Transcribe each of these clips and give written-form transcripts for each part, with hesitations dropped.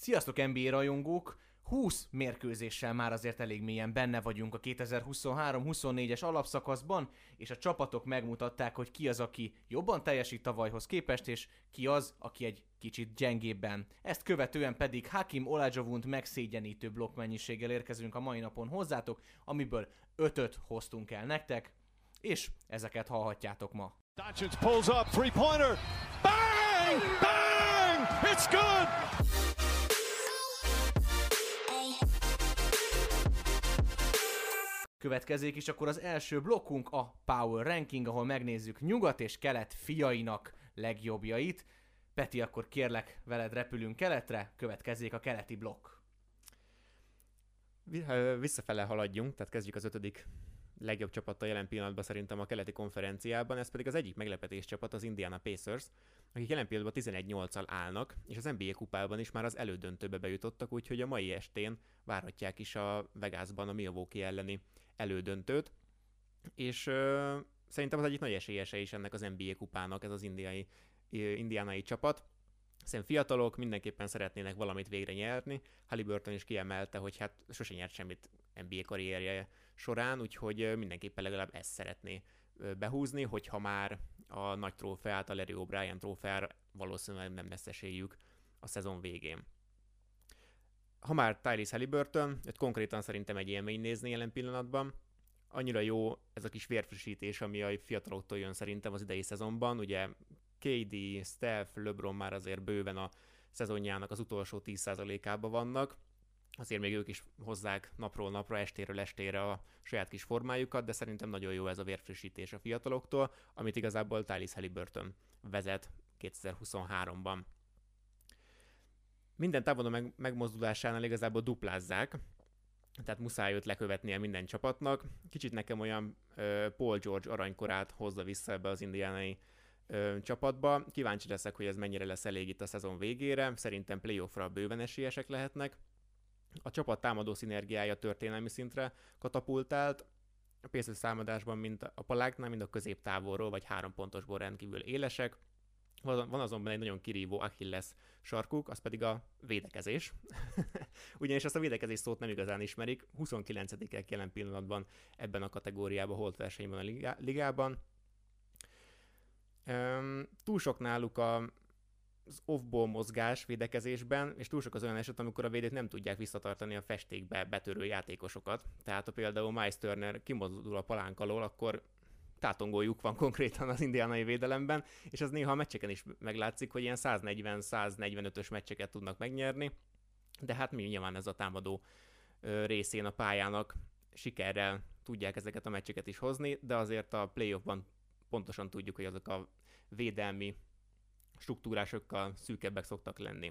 Sziasztok NBA rajongók! 20 mérkőzéssel már azért elég mélyen benne vagyunk a 2023-24-es alapszakaszban, és a csapatok megmutatták, hogy ki az, aki jobban teljesít tavalyhoz képest, és ki az, aki egy kicsit gyengébben. Ezt követően pedig Hakeem Olajuwont megszégyenítő blokkmennyiséggel érkezünk a mai napon hozzátok, amiből 5-öt hoztunk el nektek, és ezeket hallhatjátok ma. Doncic pulls up, three-pointer, bang! Bang! It's good! Következik is akkor az első blokkunk, a Power Ranking, ahol megnézzük nyugat és kelet fiainak legjobbjait. Peti, akkor kérlek, veled repülünk keletre, következzék a keleti blokk. Visszafele haladjunk, tehát kezdjük az 5. legjobb csapattal jelen pillanatban szerintem a keleti konferenciában, ez pedig az egyik meglepetés csapat, az Indiana Pacers, akik jelen pillanatban 11-8-al állnak, és az NBA kupában is már az elődöntőbe bejutottak, úgyhogy a mai estén várhatják is a Vegasban a Milwaukee elleni elődöntőt, és szerintem az egyik nagy esélyese is ennek az NBA kupának ez az indiánai csapat. Szerintem fiatalok mindenképpen szeretnének valamit végre nyerni. Haliburton is kiemelte, hogy hát sose nyert semmit NBA karrierje során, úgyhogy mindenképpen legalább ezt szeretné behúzni, hogyha már a nagy trófeát, a Larry O'Brien trófeára valószínűleg nem lesz esélyük a szezon végén. Ha már Tyrese Haliburton, őt konkrétan szerintem egy élmény nézni jelen pillanatban. Annyira jó ez a kis vérfrissítés, ami a fiataloktól jön szerintem az idei szezonban. Ugye KD, Steph, LeBron már azért bőven a szezonjának az utolsó 10%-ában vannak. Azért még ők is hozzák napról napra, estéről estére a saját kis formájukat, de szerintem nagyon jó ez a vérfrissítés a fiataloktól, amit igazából Tyrese Haliburton vezet 2023-ban. Minden támadó megmozdulásánál igazából duplázzák, tehát muszáj őt lekövetnie minden csapatnak. Kicsit nekem olyan Paul George aranykorát hozza vissza ebbe az indiánai csapatba. Kíváncsi leszek, hogy ez mennyire lesz elég itt a szezon végére. Szerintem playoffra bőven esélyesek lehetnek. A csapat támadó szinergiája történelmi szintre katapultált. A Pacers támadásban mind a paláknál, mind a középtávolról vagy 3 pontosból rendkívül élesek. Van azonban egy nagyon kirívó Achilles sarkuk, az pedig a védekezés. Ugyanis azt a védekezés szót nem igazán ismerik. 29-ek jelen pillanatban ebben a kategóriában holt versenyben a ligában. Túl sok náluk az off-ball mozgás védekezésben, és túl sok az olyan eset, amikor a védők nem tudják visszatartani a festékbe betörő játékosokat. Tehát ha például Miles Turner kimozdul a palánk alól, akkor tátongójuk van konkrétan az indiánai védelemben, és az néha a meccseken is meglátszik, hogy ilyen 140-145-ös meccseket tudnak megnyerni, de hát mi nyilván ez a támadó részén a pályának sikerrel tudják ezeket a meccseket is hozni, de azért a playoffban pontosan tudjuk, hogy azok a védelmi struktúrásokkal szűkebbek szoktak lenni.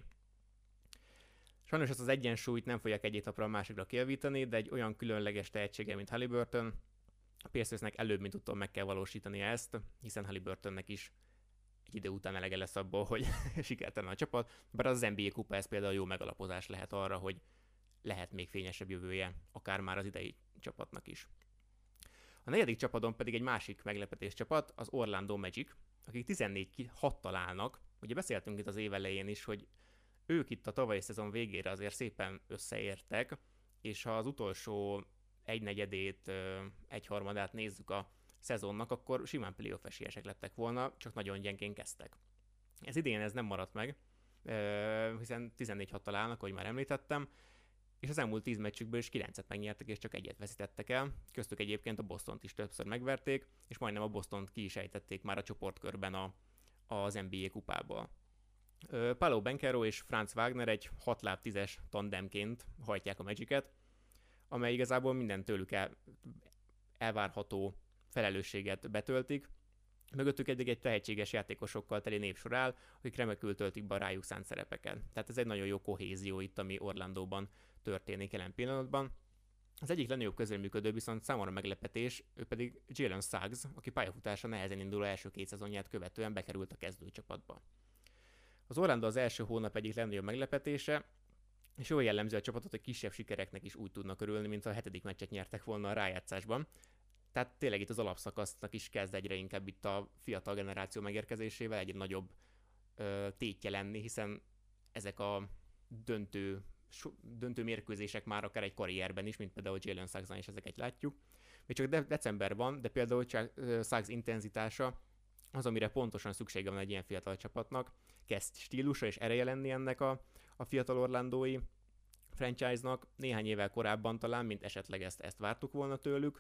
Sajnos ezt az egyensúlyt nem fogják egyik napra a másikra kijavítani, de egy olyan különleges tehetsége, mint Haliburton, a Pacersnek előbb, mint utóbb meg kell valósítania ezt, hiszen Haliburtonnek is egy idő után elege lesz abból, hogy sikertelen a csapat, bár az NBA kupa ez például jó megalapozás lehet arra, hogy lehet még fényesebb jövője, akár már az idei csapatnak is. A 4. csapaton pedig egy másik meglepetés csapat, az Orlando Magic, akik 14-6-tal állnak. Ugye beszéltünk itt az év elején is, hogy ők itt a tavalyi szezon végére azért szépen összeértek, és ha az utolsó egynegyedét, egyharmadát nézzük a szezonnak, akkor simán playoff esélyesek lettek volna, csak nagyon gyengén kezdtek. Ez idén ez nem maradt meg, hiszen 14-6-tal állnak, ahogy már említettem, és az elmúlt 10 meccsükből is 9-et megnyertek, és csak 1-et veszítettek el. Köztük egyébként a Bostont is többször megverték, és majdnem a Bostont ki is ejtették már a csoportkörben az NBA kupából. Paolo Banchero és Franz Wagner egy 6 láb 10-es tandemként hajtják a Magicet, amely igazából minden tőlük elvárható felelősséget betöltik. Mögöttük eddig egy tehetséges játékosokkal teli népsor áll, akik remekül töltik be a rájuk szánt szerepeket. Tehát ez egy nagyon jó kohézió itt, ami Orlandóban történik jelen pillanatban. Az egyik legnagyobb közreműködő viszont számomra meglepetés, ő pedig Jalen Suggs, aki pályafutása nehezen induló első 2 szezonját követően bekerült a kezdőcsapatba. Az Orlando az első hónap egyik legnagyobb meglepetése, és jól jellemző a csapatot, hogy kisebb sikereknek is úgy tudnak örülni, mint ha a 7. meccset nyertek volna a rájátszásban. Tehát tényleg itt az alapszakasznak is kezd egyre inkább itt a fiatal generáció megérkezésével egyre nagyobb tétje lenni, hiszen ezek a döntő mérkőzések már akár egy karrierben is, mint például Jalen Suggsnál is ezeket látjuk. Még csak december van, de például Suggs intenzitása az, amire pontosan szüksége van egy ilyen fiatal csapatnak. Kezd stílusa és ereje lenni ennek a fiatal orlandói franchise-nak. Néhány évvel korábban talán, mint esetleg ezt vártuk volna tőlük.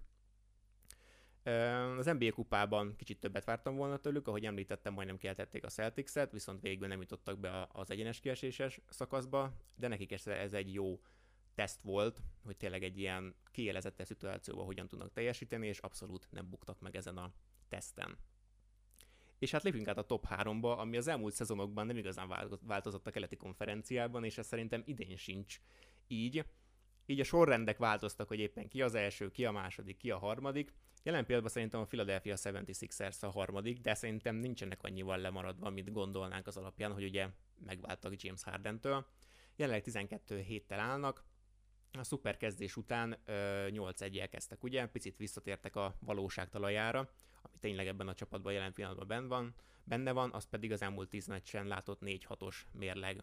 Az NBA kupában kicsit többet vártam volna tőlük, ahogy említettem, majdnem kieltették a Celtics-et, viszont végül nem jutottak be az egyenes kieséses szakaszba, de nekik ez egy jó teszt volt, hogy tényleg egy ilyen kiélezett szituációban hogyan tudnak teljesíteni, és abszolút nem buktak meg ezen a teszten. És hát lépjünk át a top 3-ba, ami az elmúlt szezonokban nem igazán változott a keleti konferenciában, és ez szerintem idén sincs így. Így a sorrendek változtak, hogy éppen ki az első, ki a második, ki a harmadik. Jelen pillanatban szerintem a Philadelphia 76ers a harmadik, de szerintem nincsenek annyival lemaradva, mint gondolnánk az alapján, hogy ugye megváltak James Hardentől. Jelenleg 12 héttel állnak, a szuper kezdés után 8-1-jel kezdtek, ugye? Picit visszatértek a valóság talajára, ami tényleg ebben a csapatban jelen pillanatban benne van, az pedig az elmúlt 10 meccsen látott 4-6-os mérleg.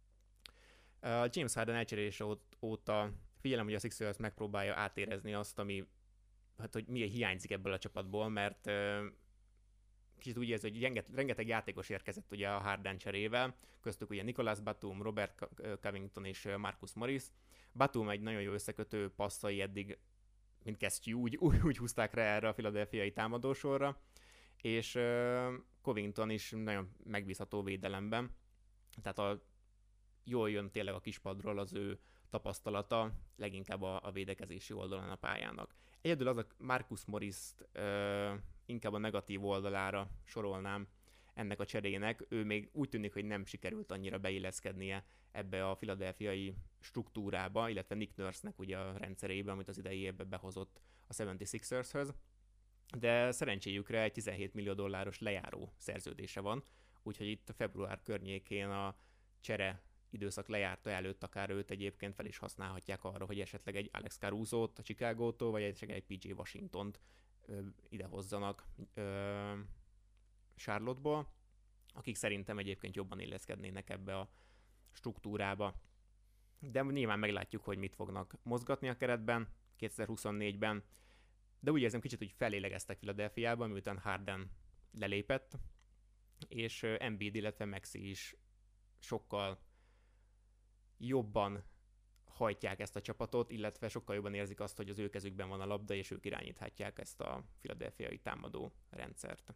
James Harden elcserélése óta figyelem, hogy a Sixers megpróbálja átérezni azt, hogy mi hiányzik ebből a csapatból, mert kicsit úgy érzi, hogy rengeteg játékos érkezett ugye a Harden cserével, köztük ugye Nicolas Batum, Robert Covington és Marcus Morris. Batum egy nagyon jó összekötő passzai eddig, mint kesztyű, úgy húzták rá erre a philadelphiai támadósorra, és Covington is nagyon megbízható védelemben, tehát jól jön tényleg a kispadról az ő tapasztalata, leginkább a védekezési oldalon a pályának. Egyedül az a Marcus Morris-t inkább a negatív oldalára sorolnám ennek a cserének. Ő még úgy tűnik, hogy nem sikerült annyira beilleszkednie ebbe a philadelphiai struktúrába, illetve Nick Nurse-nek ugye a rendszerébe, amit az idei évben behozott a 76ers-höz. De szerencséjükre egy $17 millió lejáró szerződése van, úgyhogy itt a február környékén a csere időszak lejárta előtt akár őt egyébként fel is használhatják arra, hogy esetleg egy Alex Caruso-t a Chicagótól, vagy esetleg egy PJ Washingtont idehozzanak Charlotte-ból, akik szerintem egyébként jobban illeszkednének ebbe a struktúrába. De nyilván meglátjuk, hogy mit fognak mozgatni a keretben 2024-ben, de úgy érzem kicsit, hogy felélegeztek Philadelphiában, miután Harden lelépett, és Embiid, illetve Maxi is sokkal jobban hajtják ezt a csapatot, illetve sokkal jobban érzik azt, hogy az ő kezükben van a labda, és ők irányíthatják ezt a philadelphiai támadó rendszert.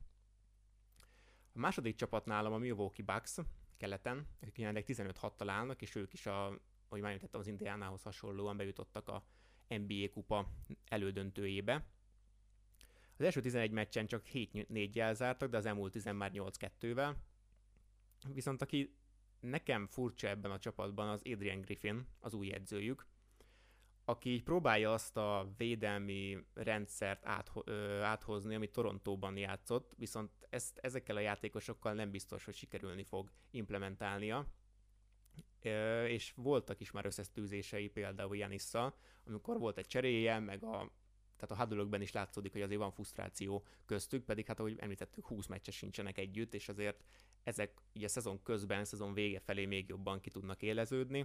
A második csapat nálam a Milwaukee Bucks keleten, akik jelenleg 15-6-tal állnak, és ők is, ahogy már említettem, az Indiánához hasonlóan bejutottak a NBA kupa elődöntőjébe. Az első 11 meccsen csak 7-4-jel zártak, de az elmúlt 10 már 8-2-vel. Viszont aki nekem furcsa ebben a csapatban az Adrian Griffin, az új edzőjük, aki próbálja azt a védelmi rendszert áthozni, amit Torontóban játszott, viszont ezekkel a játékosokkal nem biztos, hogy sikerülni fog implementálnia. És voltak is már összetűzései például Giannisszal, amikor volt egy cseréje, tehát a huddle-ökben is látszódik, hogy azért van frusztráció köztük, pedig hát ahogy említettük, 20 meccses sincsenek együtt, és azért ezek ugye szezon közben, szezon vége felé még jobban ki tudnak éleződni.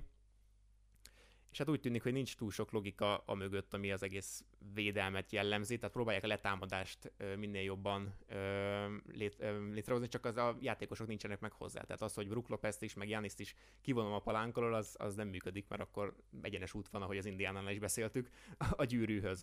És hát úgy tűnik, hogy nincs túl sok logika mögött, ami az egész védelmet jellemzi, tehát próbálják a letámadást minél jobban létrehozni, csak az a játékosok nincsenek meg hozzá. Tehát az, hogy Brook Lopez-t is, meg Gianniszt is kivonom a palánkolól, az nem működik, mert akkor egyenes út van, ahogy az Indiánánál is beszéltük, a gyűrűhöz.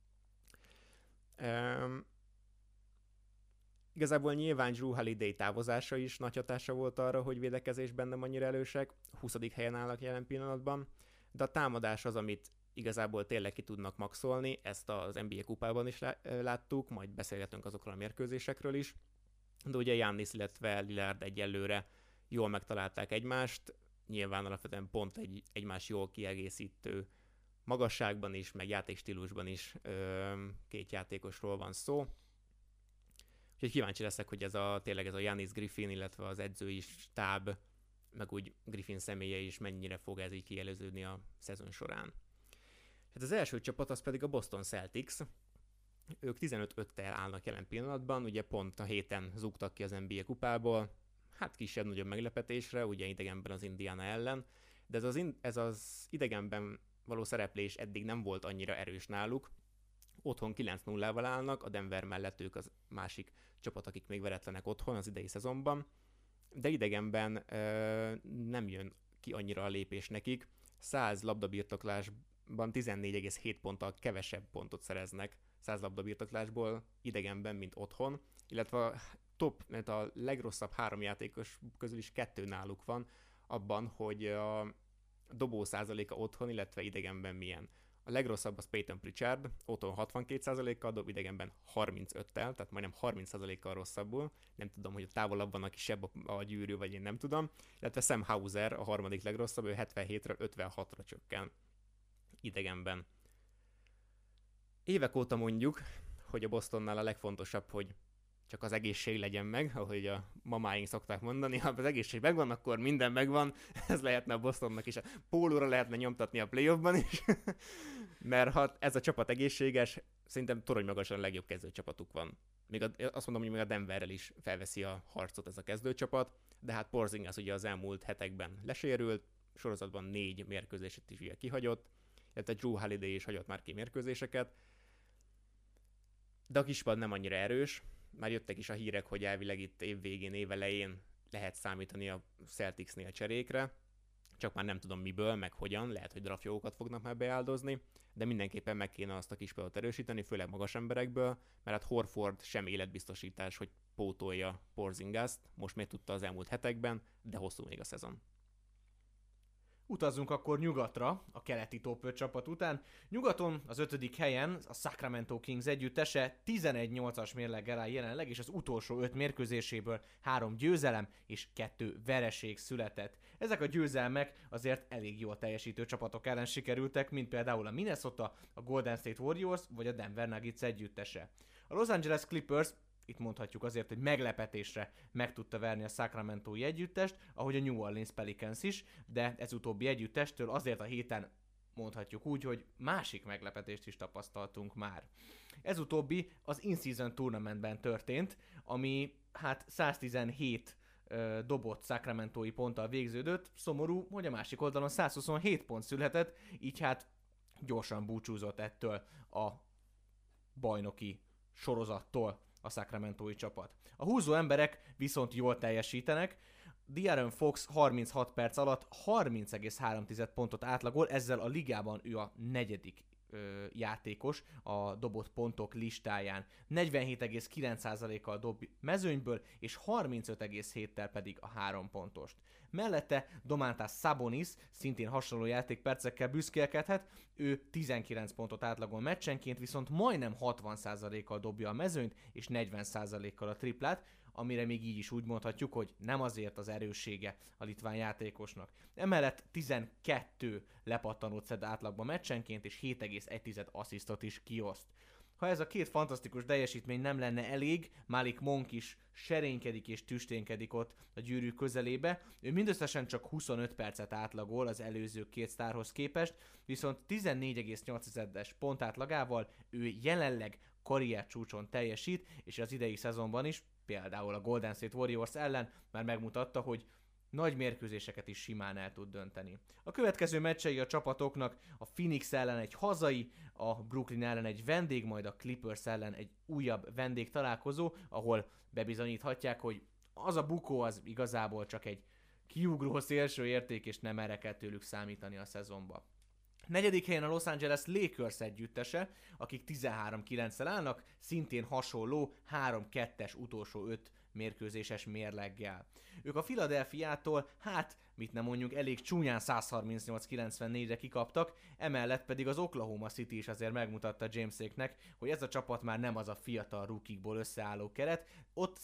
Igazából nyilván Jrue Holiday távozása is nagy hatása volt arra, hogy védekezésben nem annyira erősek, 20. helyen állnak jelen pillanatban, de a támadás az, amit igazából tényleg ki tudnak maxolni, ezt az NBA kupában is láttuk, majd beszélgetünk azokról a mérkőzésekről is, de ugye Giannis, illetve Lillard egyelőre jól megtalálták egymást, nyilván alapvetően pont egymás jól kiegészítő magasságban is, meg játékstílusban is két játékosról van szó. Úgyhogy kíváncsi leszek, hogy tényleg ez a Giannis Griffin, illetve az edzői stáb, meg úgy Griffin személye is mennyire fog ez így kieleződni a szezon során. Hát az első csapat az pedig a Boston Celtics. Ők 15-5-tel állnak jelen pillanatban, ugye pont a héten zúgtak ki az NBA kupából, hát kisebb-nagyobb meglepetésre, ugye idegenben az Indiana ellen, de ez az idegenben való szereplés eddig nem volt annyira erős náluk. Otthon 9-0-val állnak, a Denver mellett ők az másik csapat, akik még veretlenek otthon az idei szezonban, de idegenben nem jön ki annyira a lépés nekik. 100 labdabirtoklásban 14,7 ponttal kevesebb pontot szereznek 100 labdabirtoklásból idegenben, mint otthon, illetve mert a legrosszabb 3 játékos közül is 2 náluk van abban, hogy a dobó százaléka otthon, illetve idegenben milyen. A legrosszabb az Peyton Pritchard, otthon 62%-kal dob, idegenben 35-tel, tehát majdnem 30%-kal rosszabbul. Nem tudom, hogy a távolabb van a kisebb a gyűrű, vagy én nem tudom. Illetve Sam Hauser, a harmadik legrosszabb, ő 77-ről 56-ra csökken idegenben. Évek óta mondjuk, hogy a Bostonnál a legfontosabb, hogy csak az egészség legyen meg, ahogy a mamáink szokták mondani, ha az egészség megvan, akkor minden megvan, ez lehetne a Bostonnak is, a pólóra lehetne nyomtatni a playoffban is, mert ha ez a csapat egészséges, szerintem torony magasan a legjobb kezdőcsapatuk van. Azt mondom, hogy még a Denverrel is felveszi a harcot ez a kezdőcsapat, de hát Porzingis ugye az elmúlt hetekben lesérült, sorozatban 4 mérkőzést is ugye kihagyott, illetve Drew Holiday is hagyott már ki mérkőzéseket, de a kispad nem annyira erős. Már jöttek is a hírek, hogy elvileg itt évvégén, évelején lehet számítani a Celticsnél cserékre, csak már nem tudom miből, meg hogyan, lehet, hogy draftjogokat fognak már beáldozni, de mindenképpen meg kéne azt a kispadot erősíteni, főleg magas emberekből, mert hát Horford sem életbiztosítás, hogy pótolja Porzingast, most még tudta az elmúlt hetekben, de hosszú még a szezon. Utazzunk akkor nyugatra, a keleti top 5 csapat után. Nyugaton az 5. helyen a Sacramento Kings együttese 11-8-as mérleggel áll jelenleg, és az utolsó 5 mérkőzéséből 3 győzelem és 2 vereség született. Ezek a győzelmek azért elég jól teljesítő csapatok ellen sikerültek, mint például a Minnesota, a Golden State Warriors vagy a Denver Nuggets együttese. A Los Angeles Clippers itt mondhatjuk azért, hogy meglepetésre meg tudta verni a Sacramento-i együttest, ahogy a New Orleans Pelicans is, de ez utóbbi együttestől azért a héten mondhatjuk úgy, hogy másik meglepetést is tapasztaltunk már. Ez utóbbi az In-Season Tournamentben történt, ami hát 117 dobott Sacramento-i ponttal végződött, szomorú, hogy a másik oldalon 127 pont született, így hát gyorsan búcsúzott ettől a bajnoki sorozattól a Sacramento-i csapat. A húzó emberek viszont jól teljesítenek, De'Aaron Fox 36 perc alatt 30,3 pontot átlagol, ezzel a ligában ő a 4. játékos a dobott pontok listáján. 47,9%-kal dob mezőnyből, és 35,7-tel pedig a 3 pontost. Mellette Domantas Sabonis szintén hasonló játékpercekkel büszkélkedhet, ő 19 pontot átlagol meccsenként, viszont majdnem 60%-kal dobja a mezőnyt, és 40%-kal a triplát, amire még így is úgy mondhatjuk, hogy nem azért az erőssége a litván játékosnak. Emellett 12 lepattanót szed átlagban meccsenként, és 7,1 asszisztot is kioszt. Ha ez a két fantasztikus teljesítmény nem lenne elég, Malik Monk is serénykedik és tüsténkedik ott a gyűrű közelébe. Ő mindösszesen csak 25 percet átlagol az előző két sztárhoz képest, viszont 14,8-es pontátlagával ő jelenleg karrier csúcson teljesít, és az idei szezonban is, például a Golden State Warriors ellen már megmutatta, hogy nagy mérkőzéseket is simán el tud dönteni. A következő meccsei a csapatoknak a Phoenix ellen egy hazai, a Brooklyn ellen egy vendég, majd a Clippers ellen egy újabb vendég találkozó, ahol bebizonyíthatják, hogy az a bukó az igazából csak egy kiugró szélső érték, és nem erre kell tőlük számítani a szezonba. 4. helyen a Los Angeles Lakers együttese, akik 13-9-szel állnak, szintén hasonló 3-2-es utolsó 5 mérkőzéses mérleggel. Ők a Philadelphiától, hát mit nem mondjuk, elég csúnyán 138-94-re kikaptak, emellett pedig az Oklahoma City is azért megmutatta Jameséknek, hogy ez a csapat már nem az a fiatal rookiekból összeálló keret, ott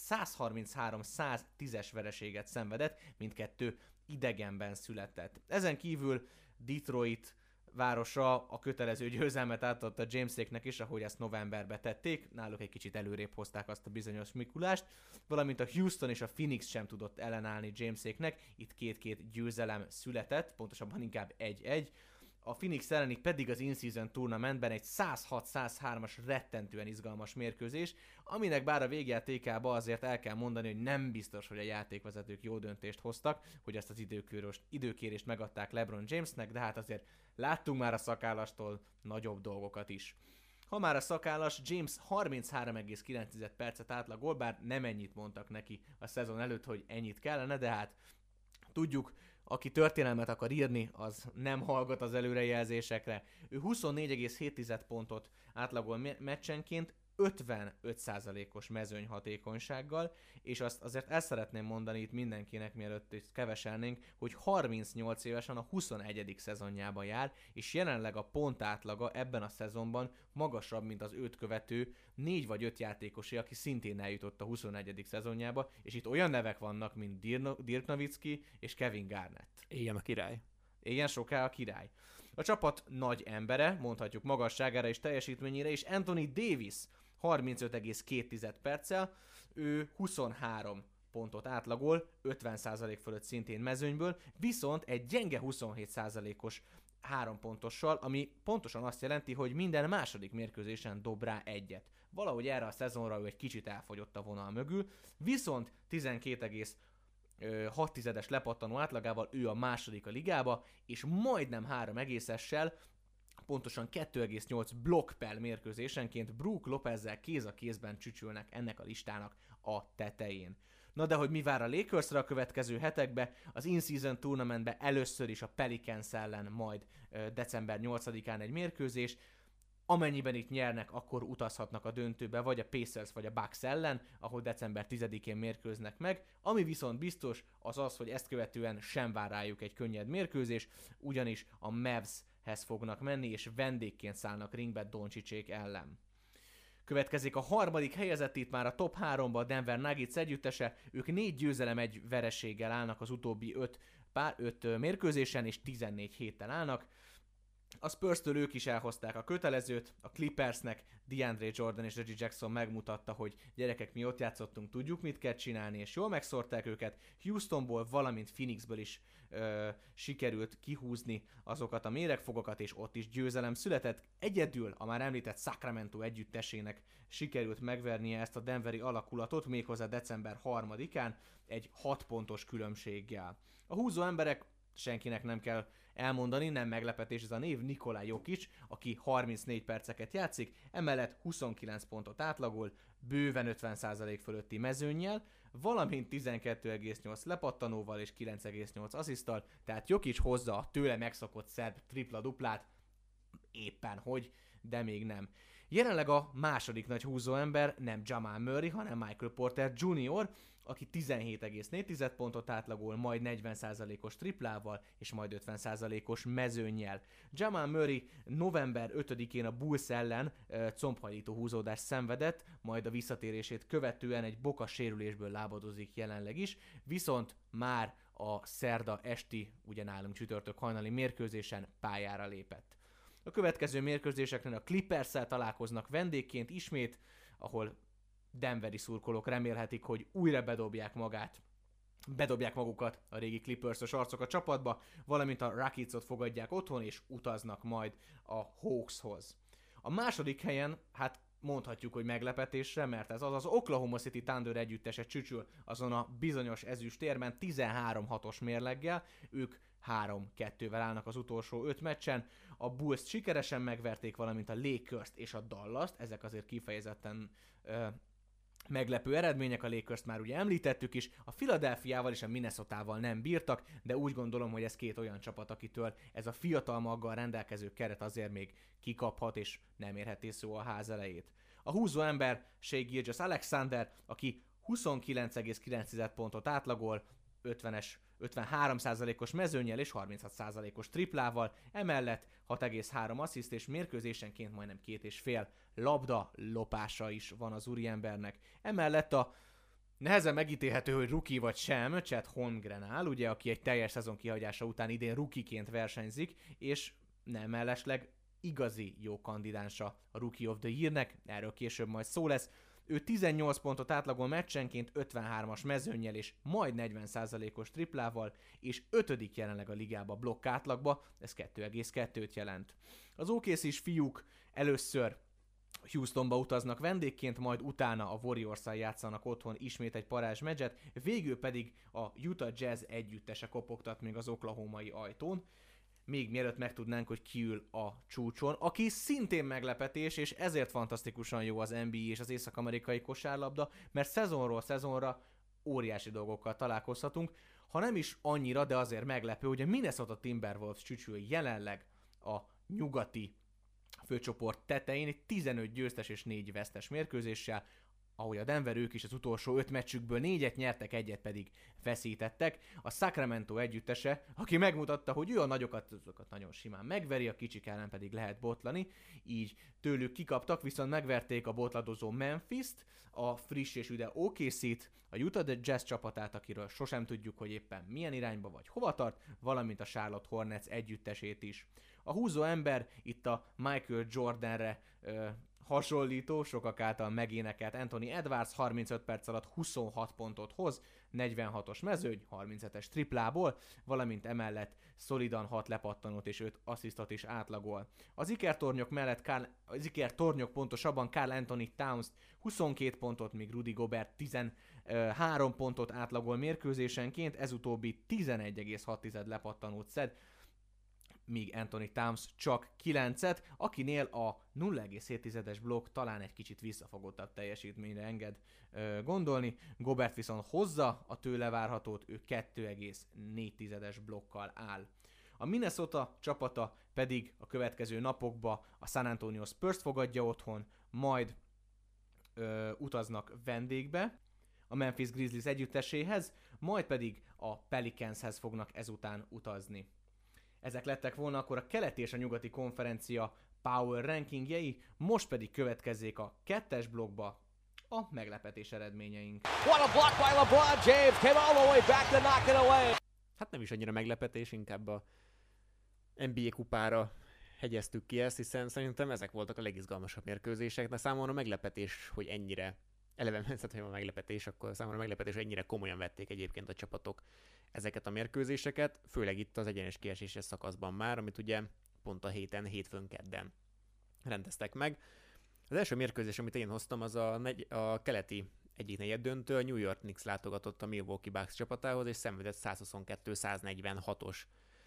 133-110-es vereséget szenvedett, mindkettő idegenben született. Ezen kívül Detroit városa a kötelező győzelmet átadta Jameséknek is, ahogy ezt novemberben tették, náluk egy kicsit előrébb hozták azt a bizonyos Mikulást, valamint a Houston és a Phoenix sem tudott ellenállni Jameséknek, itt 2-2 győzelem született, pontosabban inkább 1-1. a Phoenix elleni pedig az In-Season Tournamentben egy 106-103-as rettentően izgalmas mérkőzés, aminek bár a végjátékában azért el kell mondani, hogy nem biztos, hogy a játékvezetők jó döntést hoztak, hogy ezt az időkérést megadták LeBron Jamesnek, de hát azért láttunk már a szakállastól nagyobb dolgokat is. Ha már a szakállas, James 33,9 percet átlagol, bár nem ennyit mondtak neki a szezon előtt, hogy ennyit kellene, de hát tudjuk, aki történelmet akar írni, az nem hallgat az előrejelzésekre. Ő 24,7 pontot átlagol meccsenként, 55%-os mezőny hatékonysággal, és azt azért el szeretném mondani itt mindenkinek, mielőtt itt keveselnénk, hogy 38 évesen a 21. szezonjában jár, és jelenleg a pont átlaga ebben a szezonban magasabb, mint az őt követő 4 vagy 5 játékosé, aki szintén eljutott a 21. szezonjába, és itt olyan nevek vannak, mint Dirk Nowitzki és Kevin Garnett. Éljen a király. Éljen soká a király. A csapat nagy embere, mondhatjuk magasságára és teljesítményére, és Anthony Davis 35,2 perccel, ő 23 pontot átlagol, 50% fölött szintén mezőnyből, viszont egy gyenge 27%-os 3 pontossal, ami pontosan azt jelenti, hogy minden második mérkőzésen dob rá egyet. Valahogy erre a szezonra ő egy kicsit elfogyott a vonal mögül, viszont 12,6-es lepattanó átlagával ő a második a ligába, és majdnem 3 egészessel, pontosan 2,8 blokk per mérkőzésenként Brook Lopezzel kéz a kézben csücsülnek ennek a listának a tetején. Na de hogy mi vár a Lakersra a következő hetekbe, az In-Season Tournamentben először is a Pelicans ellen majd december 8-án egy mérkőzés, amennyiben itt nyernek, akkor utazhatnak a döntőbe, vagy a Pacers, vagy a Bucks ellen, ahol december 10-én mérkőznek meg. Ami viszont biztos, az az, hogy ezt követően sem vár rájuk egy könnyed mérkőzés, ugyanis a Mavshez fognak menni, és vendégként szállnak ringbe Doncsicsék ellen. Következik a harmadik helyezett, itt már a top 3-ba a Denver Nuggets együttese, ők 4 győzelem, 1 vereséggel állnak az utóbbi 5 mérkőzésen, és 14 héttel állnak. A Spurs-től ők is elhozták a kötelezőt, a Clippersnek DeAndre Jordan és Reggie Jackson megmutatta, hogy gyerekek, mi ott játszottunk, tudjuk mit kell csinálni, és jól megszórták őket. Houstonból, valamint Phoenixből is sikerült kihúzni azokat a méregfogokat, és ott is győzelem született. Egyedül a már említett Sacramento együttesének sikerült megvernie ezt a denveri alakulatot, méghozzá december 3-án egy 6 pontos különbséggel. A húzó emberek, senkinek nem kell elmondani, nem meglepetés ez a név, Nikola Jokic, aki 34 perceket játszik, emellett 29 pontot átlagol, bőven 50% fölötti mezőnnyel, valamint 12,8 lepattanóval és 9,8 assziszttal, tehát Jokic hozza a tőle megszokott szerb tripla-duplát, éppen hogy, de még nem. Jelenleg a második nagy húzóember nem Jamal Murray, hanem Michael Porter Jr., aki 17,4 pontot átlagol, majd 40%-os triplával, és majd 50%-os mezőnnyel. Jamal Murray november 5-én a Bulls ellen combhajlító húzódást szenvedett, majd a visszatérését követően egy boka sérülésből lábadozik jelenleg is, viszont már a szerda esti, ugye nálunk csütörtök hajnali mérkőzésen pályára lépett. A következő mérkőzéseknél a Clippers-szel találkoznak vendégként ismét, ahol denveri szurkolók remélhetik, hogy újra bedobják magukat a régi Clippers-os arcok a csapatba, valamint a Rockets-ot fogadják otthon, és utaznak majd a Hawkshoz. A második helyen, hát mondhatjuk, hogy meglepetésre, mert ez az Oklahoma City Thunder együttese csücsül azon a bizonyos ezüstérben 13-6-os mérleggel, ők 3-2-vel állnak az utolsó 5 meccsen, a Bulls sikeresen megverték, valamint a Lakers-t és a Dallast, ezek azért kifejezetten meglepő eredmények, a Lakers-t már ugye említettük is, a Philadelphiával és a Minnesotával nem bírtak, de úgy gondolom, hogy ez két olyan csapat, akitől ez a fiatal maggal rendelkező keret azért még kikaphat, és nem érheti szó a ház elejét. A húzó ember Shai Gilgeous-Alexander, aki 29,9 pontot átlagol, 53%-os mezőnnyel és 36%-os triplával, emellett 6,3 assziszt és mérkőzésenként majdnem 2,5 labda lopása is van az úriembernek. Emellett a nehezen megítélhető, hogy rookie vagy sem, Chet Holmgren áll, ugye, aki egy teljes szezon kihagyása után idén rookieként versenyzik, és nem mellesleg igazi jó kandidánsa a Rookie of the Year-nek, erről később majd szó lesz. Ő 18 pontot átlagol meccsenként 53-as mezőnnyel és majd 40%-os triplával, és 5. jelenleg a ligába blokk átlagba, ez 2,2-t jelent. Az OKC-s fiúk először Houstonba utaznak vendégként, majd utána a Warriors-szal játszanak otthon ismét egy parázs meccset, végül pedig a Utah Jazz együttese kopogtat még az oklahomai ajtón, még mielőtt megtudnánk, hogy ki ül a csúcson, aki szintén meglepetés, és ezért fantasztikusan jó az NBA és az észak-amerikai kosárlabda, mert szezonról szezonra óriási dolgokkal találkozhatunk, ha nem is annyira, de azért meglepő, hogy a Minnesota Timberwolves csücsül jelenleg a nyugati főcsoport tetején egy 15 győztes és 4 vesztes mérkőzéssel, ahogy a Denver ők is az utolsó 5 meccsükből 4-et nyertek, 1-et pedig veszítettek. A Sacramento együttese, aki megmutatta, hogy ő a nagyokat azokat nagyon simán megveri, a kicsik ellen pedig lehet botlani, így tőlük kikaptak, viszont megverték a botladozó Memphist, a friss és üde OKC-t, a Utah Jazz csapatát, akiről sosem tudjuk, hogy éppen milyen irányba vagy hova tart, valamint a Charlotte Hornets együttesét is. A húzó ember itt a Michael Jordanre hasonlító, sokak által megénekelt Anthony Edwards 35 perc alatt 26 pontot hoz, 46-os mezőny, 37-es triplából, valamint emellett szolidan 6 lepattanót és 5 asszisztot is átlagol. Az ikertornyok mellett pontosabban Karl Anthony Towns 22 pontot, míg Rudy Gobert 13 pontot átlagol mérkőzésenként, ez utóbbi 11,6 lepattanót szed, míg Anthony Towns csak 9-et, akinél a 0,7-es blokk talán egy kicsit visszafogottabb teljesítményre enged gondolni. Gobert viszont hozza a tőle várhatót, ő 2,4-es blokkal áll. A Minnesota csapata pedig a következő napokban a San Antonio Spurs fogadja otthon, majd utaznak vendégbe a Memphis Grizzlies együtteséhez, majd pedig a Pelicanshez fognak ezután utazni. Ezek lettek volna akkor a keleti és a nyugati konferencia power rankingjei, most pedig következzék a 2-es blokkba a meglepetés eredményeink. What a block by LeBron James, came all the way back to knock it away. Hát nem is annyira meglepetés, inkább a NBA kupára hegyeztük ki ezt, hiszen szerintem ezek voltak a legizgalmasabb mérkőzések, de számomra meglepetés, hogy ennyire eleve hogy a meglepetés, akkor számomra meglepetés, hogy ennyire komolyan vették egyébként a csapatok ezeket a mérkőzéseket, főleg itt az egyenes kieséses szakaszban már, amit ugye pont a hétfőn kedden rendeztek meg. Az első mérkőzés, amit én hoztam, az a keleti egyik negyeddöntő, a New York Knicks látogatott a Milwaukee Bucks csapatához, és szenvedett 122-146-os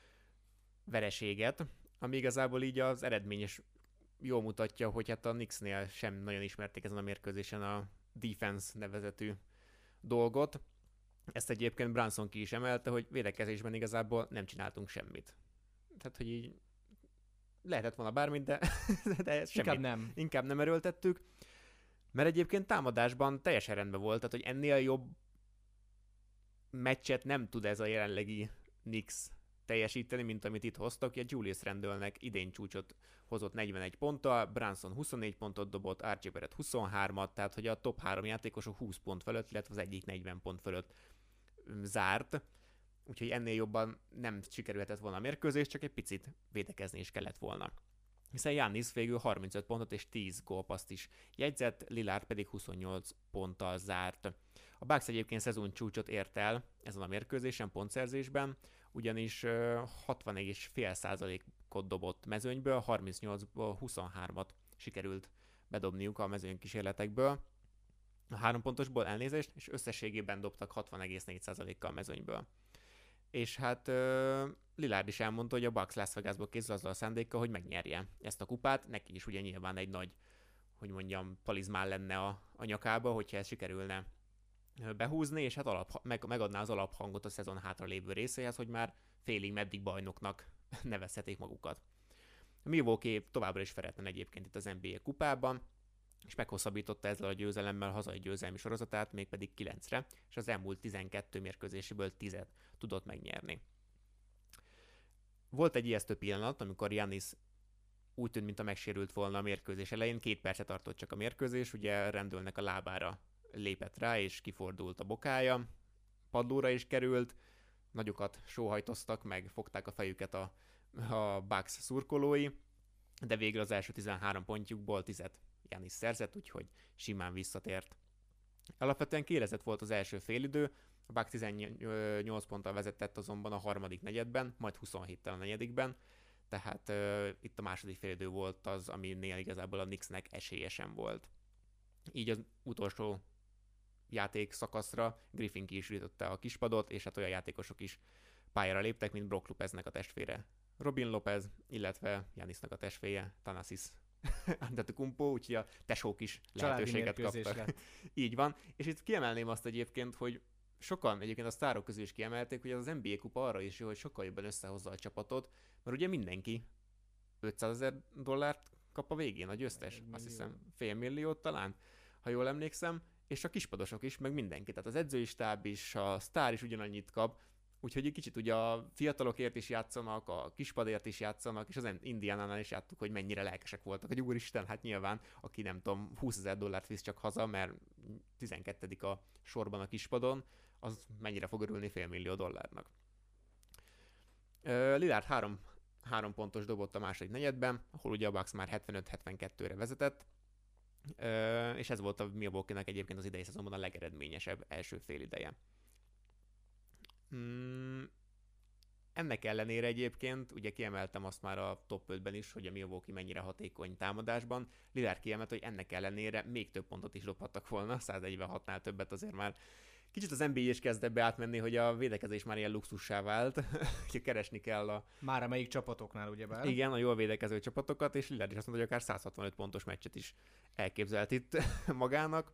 vereséget, ami igazából így az eredmény is jól mutatja, hogy hát a Knicksnél sem nagyon ismerték ezen a mérkőzésen a defense nevezetű dolgot. Ezt egyébként Brunson ki is emelte, hogy védekezésben igazából nem csináltunk semmit. Tehát, hogy így lehetett volna bármit, de semmit. Inkább nem erőltettük. Mert egyébként támadásban teljesen rendben volt, tehát, hogy ennél jobb meccset nem tud ez a jelenlegi Knicks teljesíteni, mint amit itt hoztak. Ugye Julius Randle-nek idén csúcsot hozott 41 ponttal, Brunson 24 pontot dobott, RJ Barrett 23-at, tehát hogy a top 3 játékosok 20 pont fölött, illetve az egyik 40 pont fölött zárt. Úgyhogy ennél jobban nem sikerülhetett volna a mérkőzés, csak egy picit védekezni is kellett volna. Hiszen Giannis végül 35 pontot és 10 gólpasszt is jegyzett, Lillard pedig 28 ponttal zárt. A Bucks egyébként szezon csúcsot ért el ezen a mérkőzésen pontszerzésben, ugyanis 64,5%-ot dobott mezőnyből, 38-ból 23-at sikerült bedobniuk a mezőny kísérletekből. A 3 pontosból elnézést, és összességében dobtak 60,4%-kal mezőnyből. És hát Lillard is elmondta, hogy a Bucks Las Vegasból készül azzal a szándékkal, hogy megnyerje ezt a kupát. Neki is ugye nyilván egy nagy, hogy mondjam, palizmán lenne a nyakába, hogyha ez sikerülne behúzni, és hát megadná az alaphangot a szezon hátra lévő részéhez, hogy már félig meddig bajnoknak nevezhetik magukat. A Milwaukee továbbra is veretlen egyébként itt az NBA kupában, és meghosszabbította ezzel a győzelemmel hazai győzelmi sorozatát, mégpedig 9-re, és az elmúlt 12 mérkőzéséből 10-et tudott megnyerni. Volt egy ijesztő pillanat, amikor Giannis úgy tűnt, mintha megsérült volna a mérkőzés elején, 2 percet tartott csak a mérkőzés, ugye Randle-nek a lábára lépett rá, és kifordult a bokája, padlóra is került, nagyokat sóhajtoztak, meg fogták a fejüket a Bucks szurkolói, de végül az első 13 pontjukból 10-et Giannis szerzett, úgyhogy simán visszatért. Alapvetően kiélezett volt az első félidő, a Bucks 18 ponttal vezetett azonban a harmadik negyedben, majd 27-tel a negyedikben, tehát itt a második félidő volt az, aminél igazából a Knicksnek esélye sem volt. Így az utolsó játék szakaszra Griffin ki is ütötte a kispadot, és hát olyan játékosok is pályára léptek, mint Brook Lopeznek a testvére Robin Lopez, illetve Giannisnak a testvére Thanasis Antetokounmpo, úgyhogy a tesók is lehetőséget kaptak. Így van, és itt kiemelném azt egyébként, hogy sokan egyébként a sztárok közül is kiemelték, hogy az NBA kupa arra is jó, hogy sokkal jobban összehozza a csapatot, mert ugye mindenki $500,000 kap a végén, a győztes, azt hiszem $500,000 milliót talán, ha jól emlékszem, és a kispadosok is, meg mindenki, tehát az edzői stáb is, a sztár is ugyanannyit kap, úgyhogy egy kicsit ugye a fiatalokért is játszanak, a kispadért is játszanak, és az Indiánánál is játtuk, hogy mennyire lelkesek voltak, hogy úristen, hát nyilván, aki nem tudom, $20,000 visz csak haza, mert 12. a sorban a kispadon, az mennyire fog örülni $500 millió. Lillard 3 pontos dobott a második negyedben, ahol ugye a Bucks már 75-72-re vezetett, és ez volt a Milwaukee-nek egyébként az idei szezonban a legeredményesebb első félideje. Ennek ellenére egyébként, ugye kiemeltem azt már a top 5-ben is, hogy a Milwaukee mennyire hatékony támadásban. Lillard kiemelt, hogy ennek ellenére még több pontot is dobhattak volna, 146-nál többet azért már. Kicsit az NBA is kezd ebbe átmenni, hogy a védekezés már ilyen luxussá vált, hogy keresni kell a... Már a melyik csapatoknál, ugyebár? Igen, a jól védekező csapatokat, és Lillard is azt mondta, hogy akár 165 pontos meccset is elképzelt itt magának.